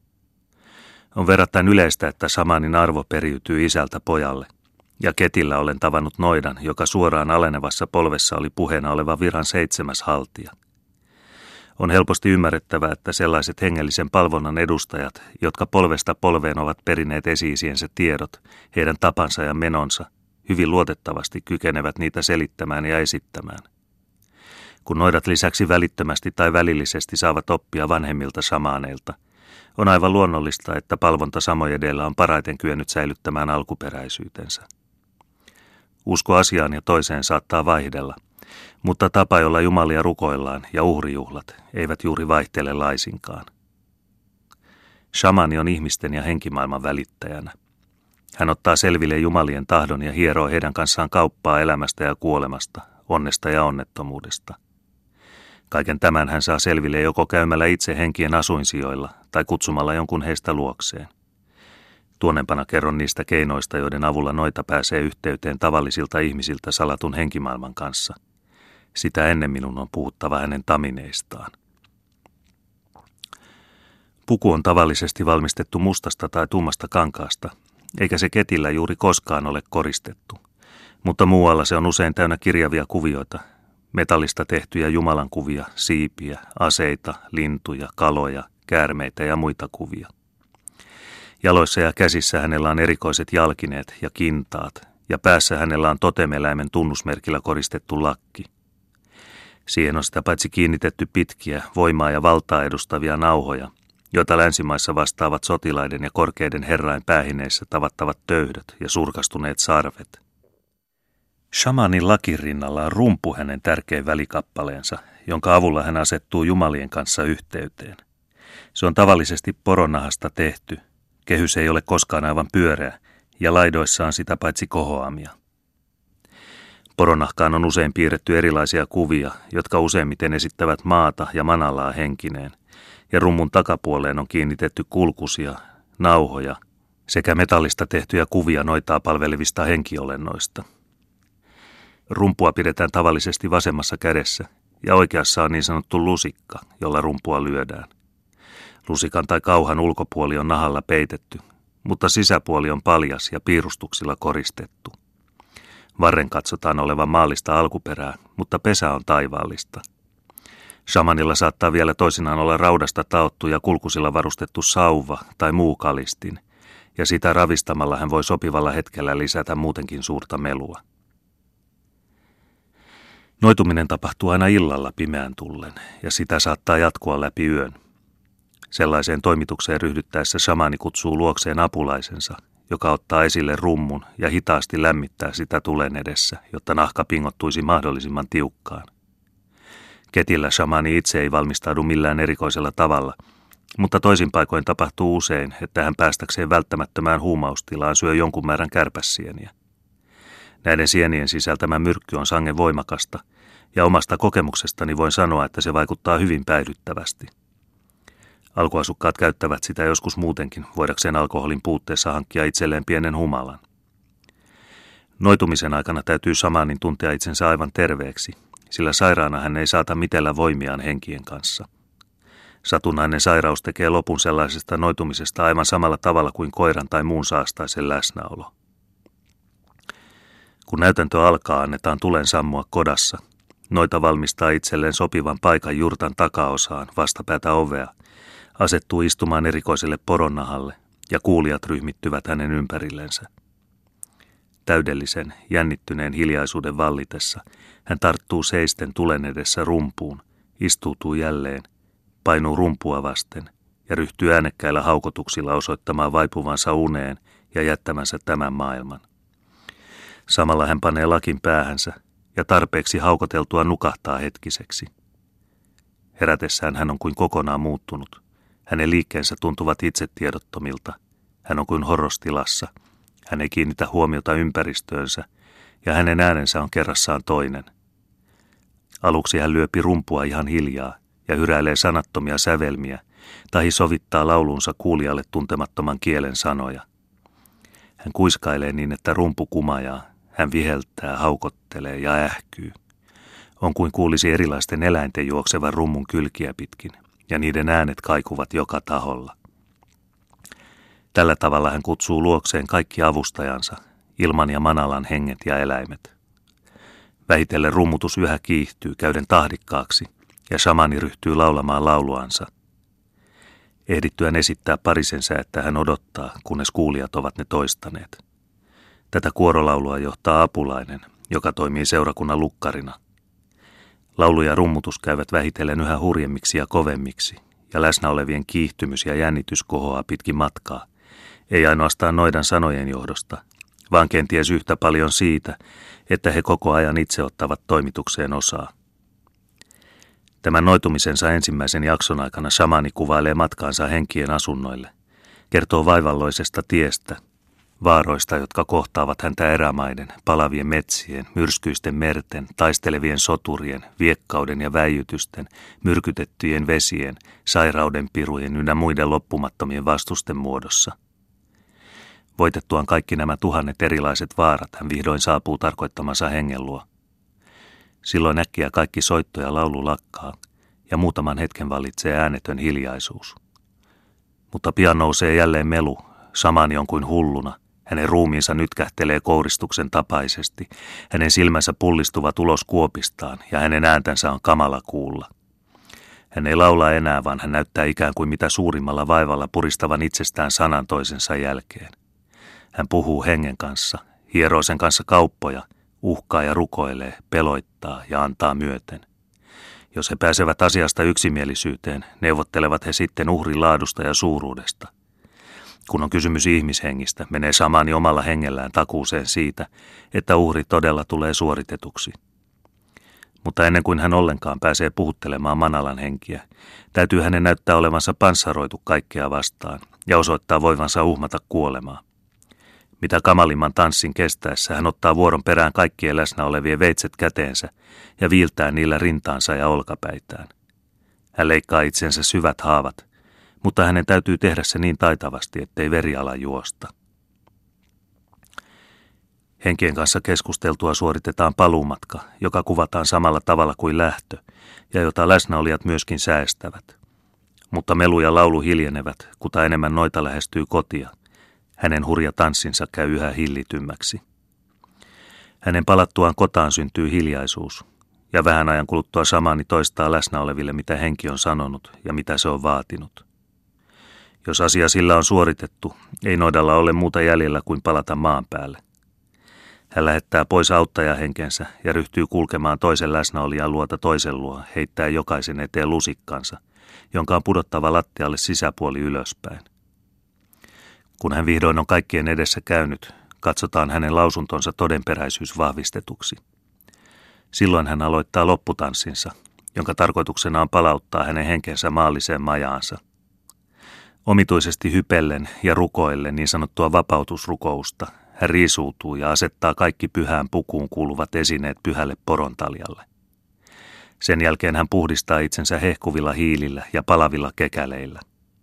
On verrattain yleistä, että shamanin arvo periytyy isältä pojalle, ja Ketillä olen tavannut noidan, joka suoraan alenevassa polvessa oli puheena oleva viran 7. haltija. On helposti ymmärrettävää, että sellaiset hengellisen palvonnan edustajat, jotka polvesta polveen ovat perineet esi-isiensä tiedot, heidän tapansa ja menonsa, hyvin luotettavasti kykenevät niitä selittämään ja esittämään. Kun noidat lisäksi välittömästi tai välillisesti saavat oppia vanhemmilta shamaaneilta, on aivan luonnollista, että palvonta samojedellä on parhaiten kyennyt säilyttämään alkuperäisyytensä. Usko asiaan ja toiseen saattaa vaihdella, mutta tapa, jolla jumalia rukoillaan ja uhrijuhlat eivät juuri vaihtele laisinkaan. Shamani on ihmisten ja henkimaailman välittäjänä. Hän ottaa selville jumalien tahdon ja hieroo heidän kanssaan kauppaa elämästä ja kuolemasta, onnesta ja onnettomuudesta. Kaiken tämän hän saa selville joko käymällä itse henkien asuinsijoilla tai kutsumalla jonkun heistä luokseen. Tuonnempana kerron niistä keinoista, joiden avulla noita pääsee yhteyteen tavallisilta ihmisiltä salatun henkimaailman kanssa. Sitä ennen minun on puhuttava hänen tamineistaan. Puku on tavallisesti valmistettu mustasta tai tummasta kankaasta, eikä se Ketillä juuri koskaan ole koristettu. Mutta muualla se on usein täynnä kirjavia kuvioita, metallista tehtyjä Jumalan kuvia, siipiä, aseita, lintuja, kaloja, käärmeitä ja muita kuvia. Jaloissa ja käsissä hänellä on erikoiset jalkineet ja kintaat, ja päässä hänellä on totemeläimen tunnusmerkillä koristettu lakki. Siihen on sitä paitsi kiinnitetty pitkiä, voimaa ja valtaa edustavia nauhoja, joita länsimaissa vastaavat sotilaiden ja korkeiden herrain päähineissä tavattavat töyhdöt ja surkastuneet sarvet. Shamanin lakin rinnalla on rumpu hänen tärkein välikappaleensa, jonka avulla hän asettuu jumalien kanssa yhteyteen. Se on tavallisesti poronahasta tehty, kehys ei ole koskaan aivan pyöreä, ja laidoissa on sitä paitsi kohoamia. Poronahkaan on usein piirretty erilaisia kuvia, jotka useimmiten esittävät maata ja manalaa henkineen, ja rummun takapuoleen on kiinnitetty kulkusia, nauhoja sekä metallista tehtyjä kuvia noitaa palvelevista henkiolennoista. Rumpua pidetään tavallisesti vasemmassa kädessä, ja oikeassa on niin sanottu lusikka, jolla rumpua lyödään. Lusikan tai kauhan ulkopuoli on nahalla peitetty, mutta sisäpuoli on paljas ja piirustuksilla koristettu. Varren katsotaan olevan maallista alkuperää, mutta pesä on taivaallista. Shamanilla saattaa vielä toisinaan olla raudasta taottu ja kulkusilla varustettu sauva tai muu kalistin, ja sitä ravistamalla hän voi sopivalla hetkellä lisätä muutenkin suurta melua. Noituminen tapahtuu aina illalla pimeän tullen, ja sitä saattaa jatkua läpi yön. Sellaiseen toimitukseen ryhdyttäessä shamani kutsuu luokseen apulaisensa, joka ottaa esille rummun ja hitaasti lämmittää sitä tulen edessä, jotta nahka pingottuisi mahdollisimman tiukkaan. Ketillä shamani itse ei valmistaudu millään erikoisella tavalla, mutta toisin paikoin tapahtuu usein, että hän päästäkseen välttämättömään huumaustilaan syö jonkun määrän kärpäsieniä. Näiden sienien sisältämä myrkky on sangen voimakasta, ja omasta kokemuksestani voin sanoa, että se vaikuttaa hyvin päihdyttävästi. Alkuasukkaat käyttävät sitä joskus muutenkin, voidakseen alkoholin puutteessa hankkia itselleen pienen humalan. Noitumisen aikana täytyy Shamanin tuntea itsensä aivan terveeksi, sillä sairaana hän ei saata mitellä voimiaan henkien kanssa. Satunnainen sairaus tekee lopun sellaisesta noitumisesta aivan samalla tavalla kuin koiran tai muun saastaisen läsnäolo. Kun näytäntö alkaa, annetaan tulen sammua kodassa. Noita valmistaa itselleen sopivan paikan jurtan takaosaan, vastapäätä ovea, asettuu istumaan erikoiselle poronnahalle ja kuulijat ryhmittyvät hänen ympärillensä. Täydellisen, jännittyneen hiljaisuuden vallitessa hän tarttuu seisten tulen edessä rumpuun, istuutuu jälleen, painuu rumpua vasten ja ryhtyy äänekkäillä haukotuksilla osoittamaan vaipuvansa uneen ja jättämänsä tämän maailman. Samalla hän panee lakin päähänsä ja tarpeeksi haukoteltua nukahtaa hetkiseksi. Herätessään hän on kuin kokonaan muuttunut. Hänen liikkeensä tuntuvat itsetiedottomilta. Hän on kuin horrostilassa. Hän ei kiinnitä huomiota ympäristöönsä ja hänen äänensä on kerrassaan toinen. Aluksi hän lyöpi rumpua ihan hiljaa ja hyräilee sanattomia sävelmiä tai sovittaa laulunsa kuulijalle tuntemattoman kielen sanoja. Hän kuiskailee niin, että rumpu kumajaa. Hän viheltää, haukottelee ja ähkyy. On kuin kuulisi erilaisten eläinten juoksevan rummun kylkiä pitkin, ja niiden äänet kaikuvat joka taholla. Tällä tavalla hän kutsuu luokseen kaikki avustajansa, ilman ja manalan henget ja eläimet. Vähitellen rummutus yhä kiihtyy, käyden tahdikkaaksi, ja shamani ryhtyy laulamaan lauluansa. Ehdittyään esittää parisensa, että hän odottaa, kunnes kuulijat ovat ne toistaneet. Tätä kuorolaulua johtaa apulainen, joka toimii seurakunnan lukkarina. Laulu ja rummutus käyvät vähitellen yhä hurjemmiksi ja kovemmiksi, ja läsnä olevien kiihtymys ja jännitys kohoaa pitkin matkaa, ei ainoastaan noidan sanojen johdosta, vaan kenties yhtä paljon siitä, että he koko ajan itse ottavat toimitukseen osaa. Tämän noitumisensa ensimmäisen jakson aikana shamani kuvailee matkaansa henkien asunnoille, kertoo vaivalloisesta tiestä, vaaroista, jotka kohtaavat häntä erämaiden, palavien metsien, myrskyisten merten, taistelevien soturien, viekkauden ja väijytysten, myrkytettyjen vesien, sairauden pirujen ynnä muiden loppumattomien vastusten muodossa. Voitettuaan kaikki nämä tuhannet erilaiset vaarat, hän vihdoin saapuu tarkoittamansa hengen luo. Silloin äkkiä kaikki soitto ja laulu lakkaa, ja muutaman hetken vallitsee äänetön hiljaisuus. Mutta pian nousee jälleen melu, shamani on kuin hulluna. Hänen ruumiinsa nytkähtelee kouristuksen tapaisesti, hänen silmänsä pullistuvat ulos kuopistaan ja hänen ääntänsä on kamala kuulla. Hän ei laula enää, vaan hän näyttää ikään kuin mitä suurimmalla vaivalla puristavan itsestään sanan toisensa jälkeen. Hän puhuu hengen kanssa, hieroo sen kanssa kauppoja, uhkaa ja rukoilee, peloittaa ja antaa myöten. Jos he pääsevät asiasta yksimielisyyteen, neuvottelevat he sitten uhrin laadusta ja suuruudesta. Kun on kysymys ihmishengistä, menee shamani omalla hengellään takuuseen siitä, että uhri todella tulee suoritetuksi. Mutta ennen kuin hän ollenkaan pääsee puhuttelemaan manalan henkiä, täytyy hänen näyttää olevansa panssaroitu kaikkea vastaan ja osoittaa voivansa uhmata kuolemaa. Mitä kamalimman tanssin kestäessä hän ottaa vuoron perään kaikkien läsnä olevien veitset käteensä ja viiltää niillä rintaansa ja olkapäitään. Hän leikkaa itsensä syvät haavat, mutta hänen täytyy tehdä se niin taitavasti, ettei veri ala juosta. Henkien kanssa keskusteltua suoritetaan paluumatka, joka kuvataan samalla tavalla kuin lähtö, ja jota läsnäolijat myöskin säästävät. Mutta melu ja laulu hiljenevät, kuta enemmän noita lähestyy kotia. Hänen hurja tanssinsa käy yhä hillitymmäksi. Hänen palattuaan kotaan syntyy hiljaisuus, ja vähän ajan kuluttua shamani toistaa läsnä oleville, mitä henki on sanonut ja mitä se on vaatinut. Jos asia sillä on suoritettu, ei noidalla ole muuta jäljellä kuin palata maan päälle. Hän lähettää pois auttajahenkensä ja ryhtyy kulkemaan toisen läsnäolijan luota toisen luo, heittää jokaisen eteen lusikkansa, jonka on pudottava lattialle sisäpuoli ylöspäin. Kun hän vihdoin on kaikkien edessä käynyt, katsotaan hänen lausuntonsa todenperäisyys vahvistetuksi. Silloin hän aloittaa lopputanssinsa, jonka tarkoituksena on palauttaa hänen henkensä maalliseen majaansa. Omituisesti hypellen ja rukoillen niin sanottua vapautusrukousta, hän riisuutuu ja asettaa kaikki pyhään pukuun kuuluvat esineet pyhälle porontaljalle. Sen jälkeen hän puhdistaa itsensä hehkuvilla hiilillä ja palavilla kekäleillä.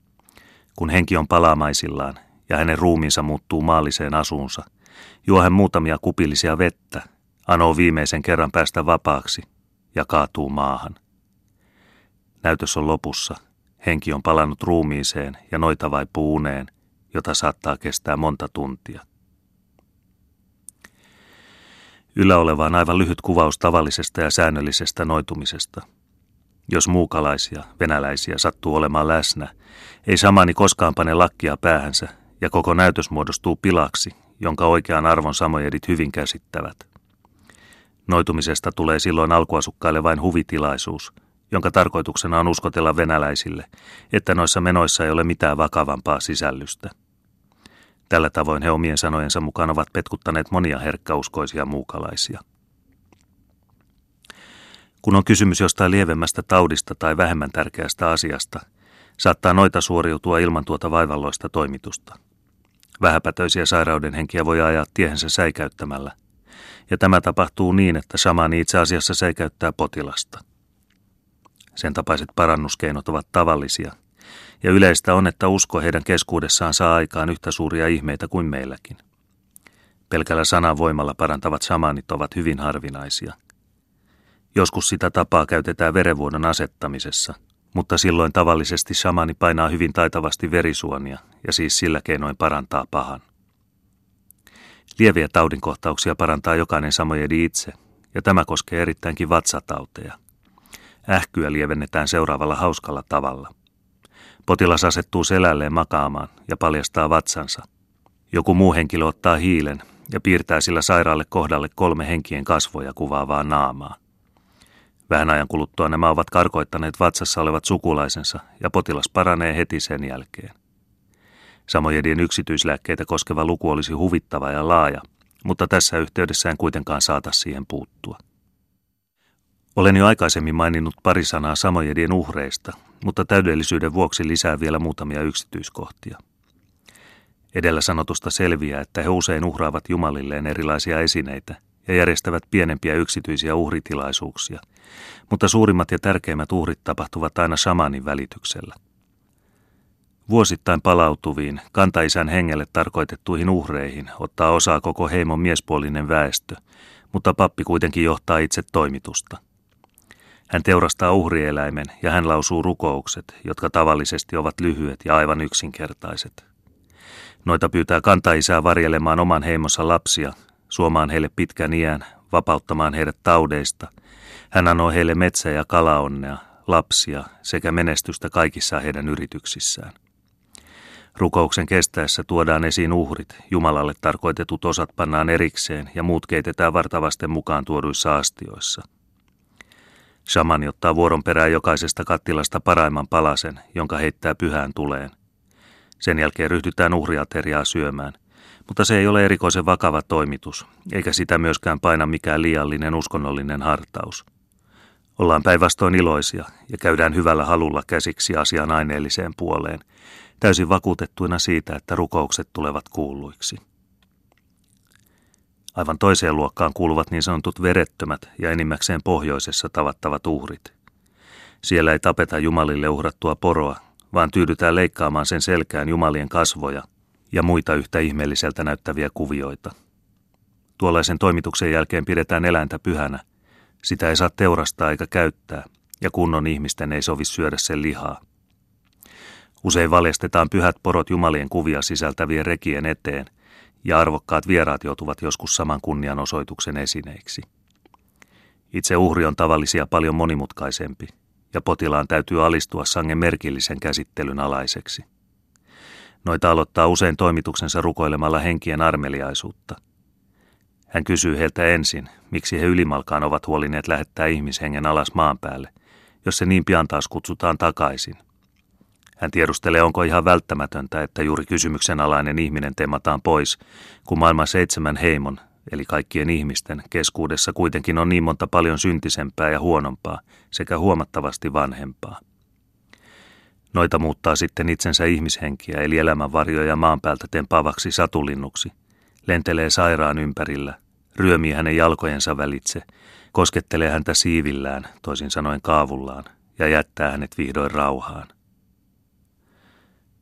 Kun henki on palaamaisillaan ja hänen ruumiinsa muuttuu maalliseen asuunsa, juo hän muutamia kupillisia vettä, anoo viimeisen kerran päästä vapaaksi ja kaatuu maahan. Näytös on lopussa. Henki on palannut ruumiiseen ja noita vaipuu uneen, jota saattaa kestää monta tuntia. Yllä oleva on aivan lyhyt kuvaus tavallisesta ja säännöllisestä noitumisesta. Jos muukalaisia, venäläisiä sattuu olemaan läsnä, ei samani koskaan pane lakkia päähänsä ja koko näytös muodostuu pilaksi, jonka oikean arvon samojedit hyvin käsittävät. Noitumisesta tulee silloin alkuasukkaille vain huvitilaisuus, jonka tarkoituksena on uskotella venäläisille, että noissa menoissa ei ole mitään vakavampaa sisällystä. Tällä tavoin he omien sanojensa mukaan ovat petkuttaneet monia herkkäuskoisia muukalaisia. Kun on kysymys jostain lievemmästä taudista tai vähemmän tärkeästä asiasta, saattaa noita suoriutua ilman tuota vaivalloista toimitusta. Vähäpätöisiä sairaudenhenkiä voi ajaa tiehensä säikäyttämällä, ja tämä tapahtuu niin, että shamaani itse asiassa säikäyttää potilasta. Sen tapaiset parannuskeinot ovat tavallisia, ja yleistä on, että usko heidän keskuudessaan saa aikaan yhtä suuria ihmeitä kuin meilläkin. Pelkällä sanan voimalla parantavat shamaanit ovat hyvin harvinaisia. Joskus sitä tapaa käytetään verenvuodon asettamisessa, mutta silloin tavallisesti shamaani painaa hyvin taitavasti verisuonia ja siis sillä keinoin parantaa pahan. Lieviä taudinkohtauksia parantaa jokainen samojedi itse, ja tämä koskee erittäinkin vatsatauteja. Ähkyä lievennetään seuraavalla hauskalla tavalla. Potilas asettuu selälleen makaamaan ja paljastaa vatsansa. Joku muu henkilö ottaa hiilen ja piirtää sillä sairaalle kohdalle 3 henkien kasvoja kuvaavaa naamaa. Vähän ajan kuluttua nämä ovat karkoittaneet vatsassa olevat sukulaisensa ja potilas paranee heti sen jälkeen. Samojedien yksityislääkkeitä koskeva luku olisi huvittava ja laaja, mutta tässä yhteydessä en kuitenkaan saata siihen puuttua. Olen jo aikaisemmin maininnut pari sanaa samojedien uhreista, mutta täydellisyyden vuoksi lisää vielä muutamia yksityiskohtia. Edellä sanotusta selviää, että he usein uhraavat jumalilleen erilaisia esineitä ja järjestävät pienempiä yksityisiä uhritilaisuuksia, mutta suurimmat ja tärkeimmät uhrit tapahtuvat aina shamanin välityksellä. Vuosittain palautuviin, kantaisän hengelle tarkoitettuihin uhreihin ottaa osaa koko heimon miespuolinen väestö, mutta pappi kuitenkin johtaa itse toimitusta. Hän teurastaa uhrieläimen ja hän lausuu rukoukset, jotka tavallisesti ovat lyhyet ja aivan yksinkertaiset. Noita pyytää kantaisää varjelemaan oman heimonsa lapsia, suomaan heille pitkän iän, vapauttamaan heidät taudeista. Hän anoo heille metsä- ja kalaonnea, lapsia sekä menestystä kaikissa heidän yrityksissään. Rukouksen kestäessä tuodaan esiin uhrit, Jumalalle tarkoitetut osat pannaan erikseen ja muut keitetään vartavasten mukaan tuoduissa astioissa. Shamani ottaa vuoron perään jokaisesta kattilasta paraimman palasen, jonka heittää pyhään tuleen. Sen jälkeen ryhdytään uhriateriaa syömään, mutta se ei ole erikoisen vakava toimitus, eikä sitä myöskään paina mikään liiallinen uskonnollinen hartaus. Ollaan päinvastoin iloisia ja käydään hyvällä halulla käsiksi asian aineelliseen puoleen, täysin vakuutettuina siitä, että rukoukset tulevat kuulluiksi. Aivan toiseen luokkaan kuuluvat niin sanotut verettömät ja enimmäkseen pohjoisessa tavattavat uhrit. Siellä ei tapeta jumalille uhrattua poroa, vaan tyydytään leikkaamaan sen selkään jumalien kasvoja ja muita yhtä ihmeelliseltä näyttäviä kuvioita. Tuollaisen toimituksen jälkeen pidetään eläintä pyhänä. Sitä ei saa teurastaa eikä käyttää, ja kunnon ihmisten ei sovi syödä sen lihaa. Usein valjastetaan pyhät porot jumalien kuvia sisältävien rekien eteen, ja arvokkaat vieraat joutuvat joskus saman kunnianosoituksen esineiksi. Itse uhri on tavallisia paljon monimutkaisempi, ja potilaan täytyy alistua sangen merkillisen käsittelyn alaiseksi. Noita aloittaa usein toimituksensa rukoilemalla henkien armeliaisuutta. Hän kysyy heiltä ensin, miksi he ylimalkaan ovat huolineet lähettää ihmishengen alas maan päälle, jos se niin pian taas kutsutaan takaisin. Hän tiedustelee, onko ihan välttämätöntä, että juuri kysymyksen alainen ihminen temmataan pois, kun maailman 7 heimon, eli kaikkien ihmisten, keskuudessa kuitenkin on niin monta paljon syntisempää ja huonompaa sekä huomattavasti vanhempaa. Noita muuttaa sitten itsensä ihmishenkiä, eli elämänvarjoja maan päältä tempaavaksi satulinnuksi, lentelee sairaan ympärillä, ryömii hänen jalkojensa välitse, koskettelee häntä siivillään, toisin sanoen kaavullaan, ja jättää hänet vihdoin rauhaan.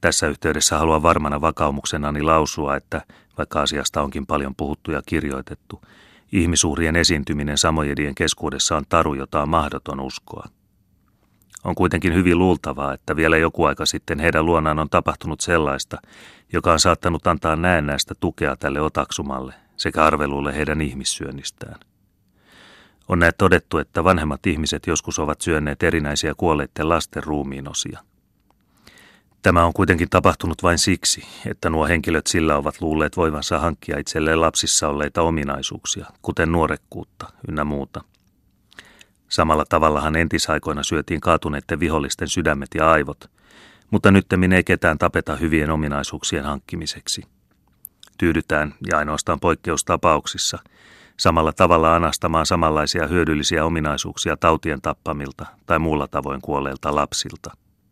Tässä yhteydessä haluan varmana vakaumuksenani lausua, että vaikka asiasta onkin paljon puhuttu ja kirjoitettu, ihmisuhrien esiintyminen samojedien keskuudessa on taru, jota on mahdoton uskoa. On kuitenkin hyvin luultavaa, että vielä joku aika sitten heidän luonaan on tapahtunut sellaista, joka on saattanut antaa näennäistä tukea tälle otaksumalle sekä arveluille heidän ihmissyönnistään. On näet todettu, että vanhemmat ihmiset joskus ovat syöneet erinäisiä kuolleiden lasten ruumiinosia. Tämä on kuitenkin tapahtunut vain siksi, että nuo henkilöt sillä ovat luulleet voivansa hankkia itselleen lapsissa olleita ominaisuuksia, kuten nuorekkuutta ynnä muuta. Samalla tavallahan entisaikoina syötiin kaatuneiden vihollisten sydämet ja aivot, mutta nyttemmin ei ketään tapeta hyvien ominaisuuksien hankkimiseksi. Tyydytään, ja ainoastaan poikkeustapauksissa, samalla tavalla anastamaan samanlaisia hyödyllisiä ominaisuuksia tautien tappamilta tai muulla tavoin kuolleilta lapsilta.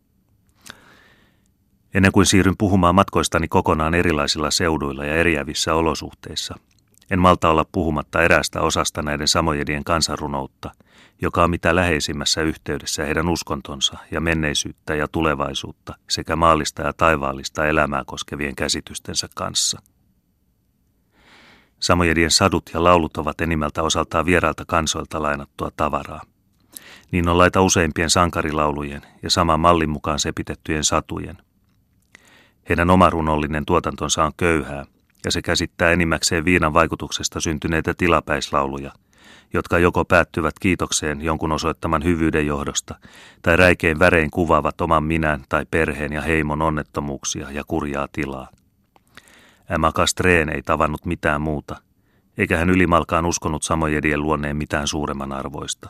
Ennen kuin siirryn puhumaan matkoistani kokonaan erilaisilla seuduilla ja eriävissä olosuhteissa, en malta olla puhumatta eräästä osasta näiden samojedien kansanrunoutta, joka on mitä läheisimmässä yhteydessä heidän uskontonsa ja menneisyyttä ja tulevaisuutta sekä maallista ja taivaallista elämää koskevien käsitystensä kanssa. Samojedien sadut ja laulut ovat enimmältä osaltaan vierailta kansoilta lainattua tavaraa. Niin on laita useimpien sankarilaulujen ja saman mallin mukaan sepitettyjen satujen. Heidän oma runollinen tuotantonsa on köyhää, ja se käsittää enimmäkseen viinan vaikutuksesta syntyneitä tilapäislauluja, jotka joko päättyvät kiitokseen jonkun osoittaman hyvyyden johdosta, tai räikein värein kuvaavat oman minän tai perheen ja heimon onnettomuuksia ja kurjaa tilaa. Emma Castreen ei tavannut mitään muuta, eikä hän ylimalkaan uskonut samojedien luonneen mitään suuremman arvoista.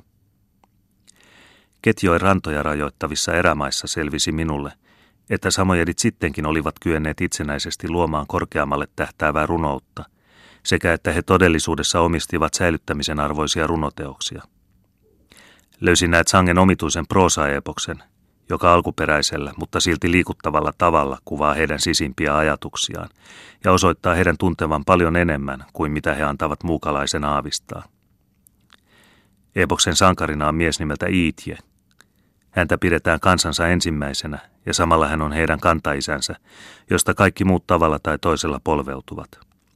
Ketjoen rantoja rajoittavissa erämaissa selvisi minulle, että samojedit sittenkin olivat kyenneet itsenäisesti luomaan korkeammalle tähtäävää runoutta, sekä että he todellisuudessa omistivat säilyttämisen arvoisia runoteoksia. Löysin näet sangen omituisen proosaepoksen, joka alkuperäisellä, mutta silti liikuttavalla tavalla kuvaa heidän sisimpiä ajatuksiaan ja osoittaa heidän tuntevan paljon enemmän kuin mitä he antavat muukalaisen aavistaa. Epoksen sankarina on mies nimeltä Iitje. Häntä pidetään kansansa ensimmäisenä ja samalla hän on heidän kantaisänsä, josta kaikki muut tavalla tai toisella polveutuvat.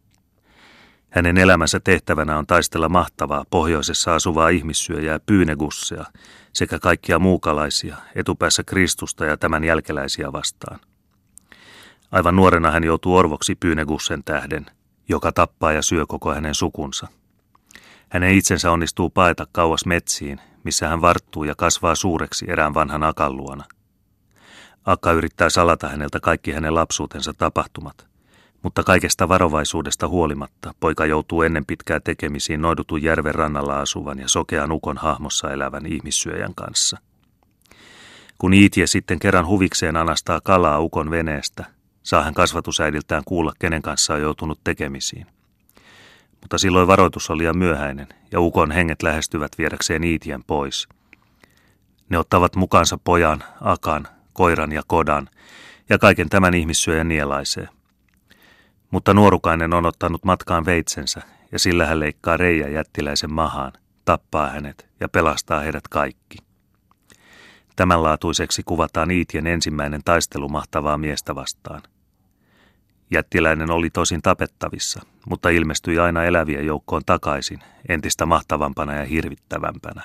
Hänen elämänsä tehtävänä on taistella mahtavaa pohjoisessa asuvaa ihmissyöjää Pyynegussea sekä kaikkia muukalaisia, etupäässä Kristusta ja tämän jälkeläisiä vastaan. Aivan nuorena hän joutuu orvoksi Pyynegussen tähden, joka tappaa ja syö koko hänen sukunsa. Hänen itsensä onnistuu paeta kauas metsiin, missä hän varttuu ja kasvaa suureksi erään vanhan akan luona. Akka yrittää salata häneltä kaikki hänen lapsuutensa tapahtumat, mutta kaikesta varovaisuudesta huolimatta poika joutuu ennen pitkää tekemisiin noidutun järven rannalla asuvan ja sokean ukon hahmossa elävän ihmissyöjän kanssa. Kun Iitje sitten kerran huvikseen anastaa kalaa ukon veneestä, saa hän kasvatusäidiltään kuulla, kenen kanssa on joutunut tekemisiin. Mutta silloin varoitus oli liian myöhäinen ja ukon henget lähestyvät viedäkseen Iitjen pois. Ne ottavat mukaansa pojan, akan, koiran ja kodan ja kaiken tämän ihmissyöjän nielaisee. Mutta nuorukainen on ottanut matkaan veitsensä ja sillä hän leikkaa reijän jättiläisen mahaan, tappaa hänet ja pelastaa heidät kaikki. Tämänlaatuiseksi kuvataan Iitjen ensimmäinen taistelu mahtavaa miestä vastaan. Jättiläinen oli tosin tapettavissa, mutta ilmestyi aina elävien joukkoon takaisin, entistä mahtavampana ja hirvittävämpänä.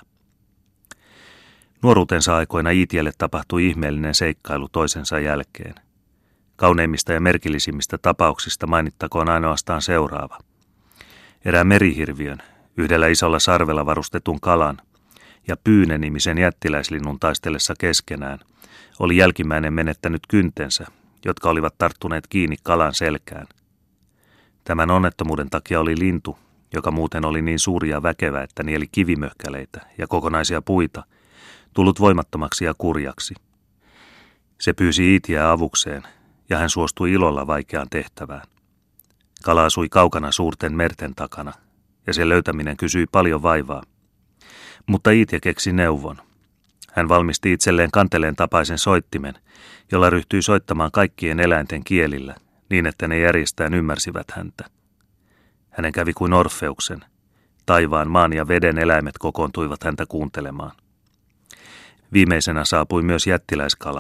Nuoruutensa aikoina Iitjelle tapahtui ihmeellinen seikkailu toisensa jälkeen. Kauneimmista ja merkillisimmistä tapauksista mainittakoon ainoastaan seuraava. Erään merihirviön, yhdellä isolla sarvella varustetun kalan ja Pyyne-nimisen jättiläislinnun taistellessa keskenään oli jälkimmäinen menettänyt kyntensä, jotka olivat tarttuneet kiinni kalan selkään. Tämän onnettomuuden takia oli lintu, joka muuten oli niin suuri ja väkevä, että nieli kivimöhkäleitä ja kokonaisia puita, tullut voimattomaksi ja kurjaksi. Se pyysi Iitjeä avukseen, ja hän suostui ilolla vaikeaan tehtävään. Kala asui kaukana suurten merten takana, ja sen löytäminen kysyi paljon vaivaa. Mutta Iitje keksi neuvon. Hän valmisti itselleen kanteleen tapaisen soittimen, jolla ryhtyi soittamaan kaikkien eläinten kielillä, niin että ne järjestään ymmärsivät häntä. Hänen kävi kuin Orfeuksen. Taivaan, maan ja veden eläimet kokoontuivat häntä kuuntelemaan. Viimeisenä saapui myös jättiläiskala,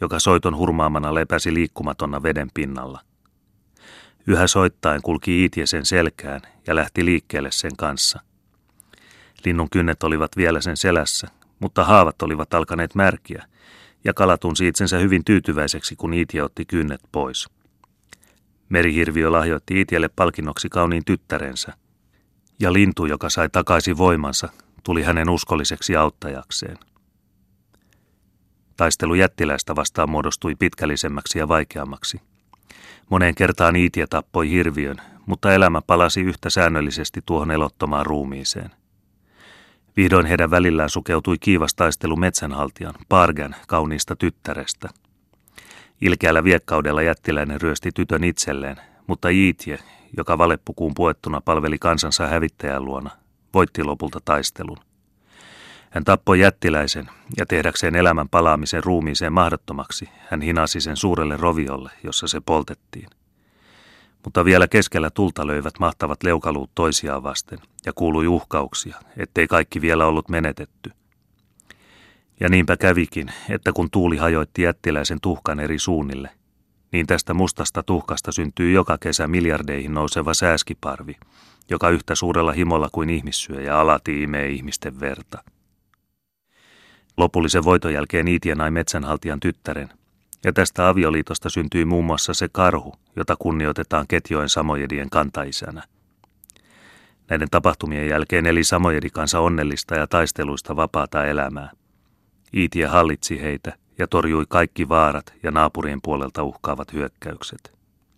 joka soiton hurmaamana lepäsi liikkumatonna veden pinnalla. Yhä soittaen kulki Iitje sen selkään ja lähti liikkeelle sen kanssa. Linnun kynnet olivat vielä sen selässä, mutta haavat olivat alkaneet märkiä, ja kala tunsi itsensä hyvin tyytyväiseksi, kun Iitje otti kynnet pois. Merihirviö lahjoitti Iitjelle palkinnoksi kauniin tyttärensä, ja lintu, joka sai takaisin voimansa, tuli hänen uskolliseksi auttajakseen. Taistelu jättiläistä vastaan muodostui pitkällisemmäksi ja vaikeammaksi. Moneen kertaan Iitje tappoi hirviön, mutta elämä palasi yhtä säännöllisesti tuohon elottomaan ruumiiseen. Vihdoin heidän välillään sukeutui kiivas taistelu metsänhaltijan, Pargan, kauniista tyttärestä. Ilkeällä viekkaudella jättiläinen ryösti tytön itselleen, mutta Iitje, joka valepukuun puettuna palveli kansansa hävittäjän luona, voitti lopulta taistelun. Hän tappoi jättiläisen ja tehdäkseen elämän palaamisen ruumiiseen mahdottomaksi, hän hinasi sen suurelle roviolle, jossa se poltettiin. Mutta vielä keskellä tulta löivät mahtavat leukaluut toisiaan vasten ja kuului uhkauksia, ettei kaikki vielä ollut menetetty. Ja niinpä kävikin, että kun tuuli hajoitti jättiläisen tuhkan eri suunnille, niin tästä mustasta tuhkasta syntyy joka kesä miljardeihin nouseva sääskiparvi, joka yhtä suurella himolla kuin ihmissyöjä alati imee ihmisten verta. Lopullisen voiton jälkeen Iitje nai metsänhaltijan tyttären, ja tästä avioliitosta syntyi muun muassa se karhu, jota kunnioitetaan Ketjoen samojedien kantaisänä. Näiden tapahtumien jälkeen eli samojedikansa onnellista ja taisteluista vapaata elämää. Iitje hallitsi heitä ja torjui kaikki vaarat ja naapurien puolelta uhkaavat hyökkäykset.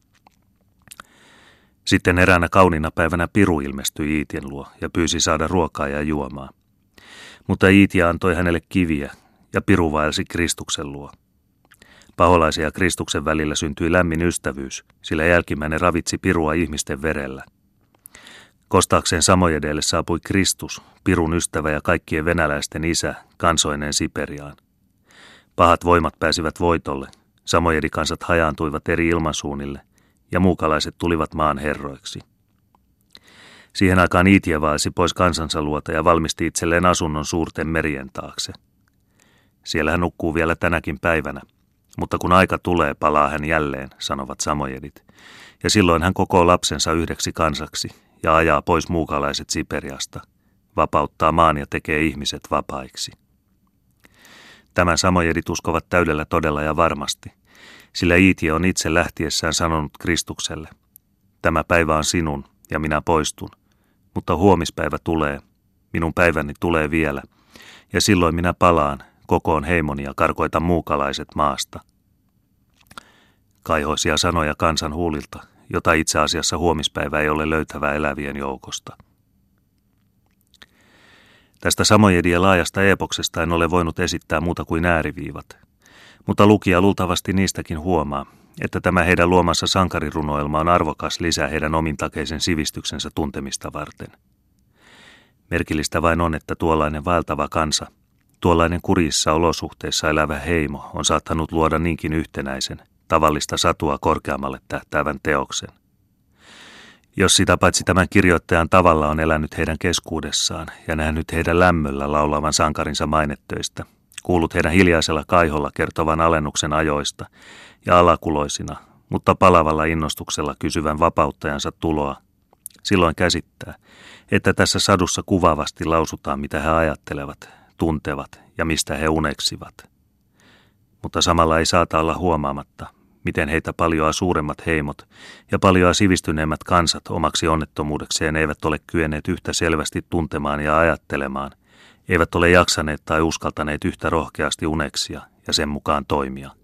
Sitten eräänä kauniina päivänä Piru ilmestyi Iitjen luo ja pyysi saada ruokaa ja juomaa. Mutta Iitje antoi hänelle kiviä ja Piru vaelsi Kristuksen luo. Paholaisen ja Kristuksen välillä syntyi lämmin ystävyys, sillä jälkimmäinen ravitsi Pirua ihmisten verellä. Kostaakseen Samojedelle saapui Kristus, Pirun ystävä ja kaikkien venäläisten isä, kansoineen Siperiaan. Pahat voimat pääsivät voitolle, Samojedikansat hajaantuivat eri ilmansuunnille ja muukalaiset tulivat maan herroiksi. Siihen aikaan Iitje vaelsi pois kansansa luota ja valmisti itselleen asunnon suurten merien taakse. Siellä hän nukkuu vielä tänäkin päivänä, mutta kun aika tulee, palaa hän jälleen, sanovat samojedit, ja silloin hän kokoo lapsensa yhdeksi kansaksi ja ajaa pois muukalaiset Siperiasta, vapauttaa maan ja tekee ihmiset vapaiksi. Tämän samojedit uskovat täydellä todella ja varmasti, sillä Iitje on itse lähtiessään sanonut Kristukselle, tämä päivä on sinun ja minä poistun, mutta huomispäivä tulee, minun päiväni tulee vielä, ja silloin minä palaan, kokoon heimoni ja karkoitan muukalaiset maasta. Kaihoisia sanoja kansan huulilta, jota itse asiassa huomispäivä ei ole löytävä elävien joukosta. Tästä samojedien laajasta eepoksesta en ole voinut esittää muuta kuin ääriviivat, mutta lukija luultavasti niistäkin huomaa, että tämä heidän luomansa sankarirunoelma on arvokas lisä heidän omintakeisen sivistyksensä tuntemista varten. Merkillistä vain on, että tuollainen vaeltava kansa, tuollainen kurjissa olosuhteissa elävä heimo on saattanut luoda niinkin yhtenäisen, tavallista satua korkeammalle tähtäävän teoksen. Jos sitä paitsi tämän kirjoittajan tavalla on elänyt heidän keskuudessaan ja nähnyt heidän lämmöllä laulavan sankarinsa mainettöistä, kuullut heidän hiljaisella kaiholla kertovan alennuksen ajoista ja alakuloisina, mutta palavalla innostuksella kysyvän vapauttajansa tuloa, silloin käsittää, että tässä sadussa kuvaavasti lausutaan, mitä he ajattelevat, tuntevat ja mistä he uneksivat. Mutta samalla ei saata olla huomaamatta, miten heitä paljoa suuremmat heimot ja paljoa sivistyneemmät kansat omaksi onnettomuudekseen eivät ole kyenneet yhtä selvästi tuntemaan ja ajattelemaan, eivät ole jaksaneet tai uskaltaneet yhtä rohkeasti uneksia ja sen mukaan toimia.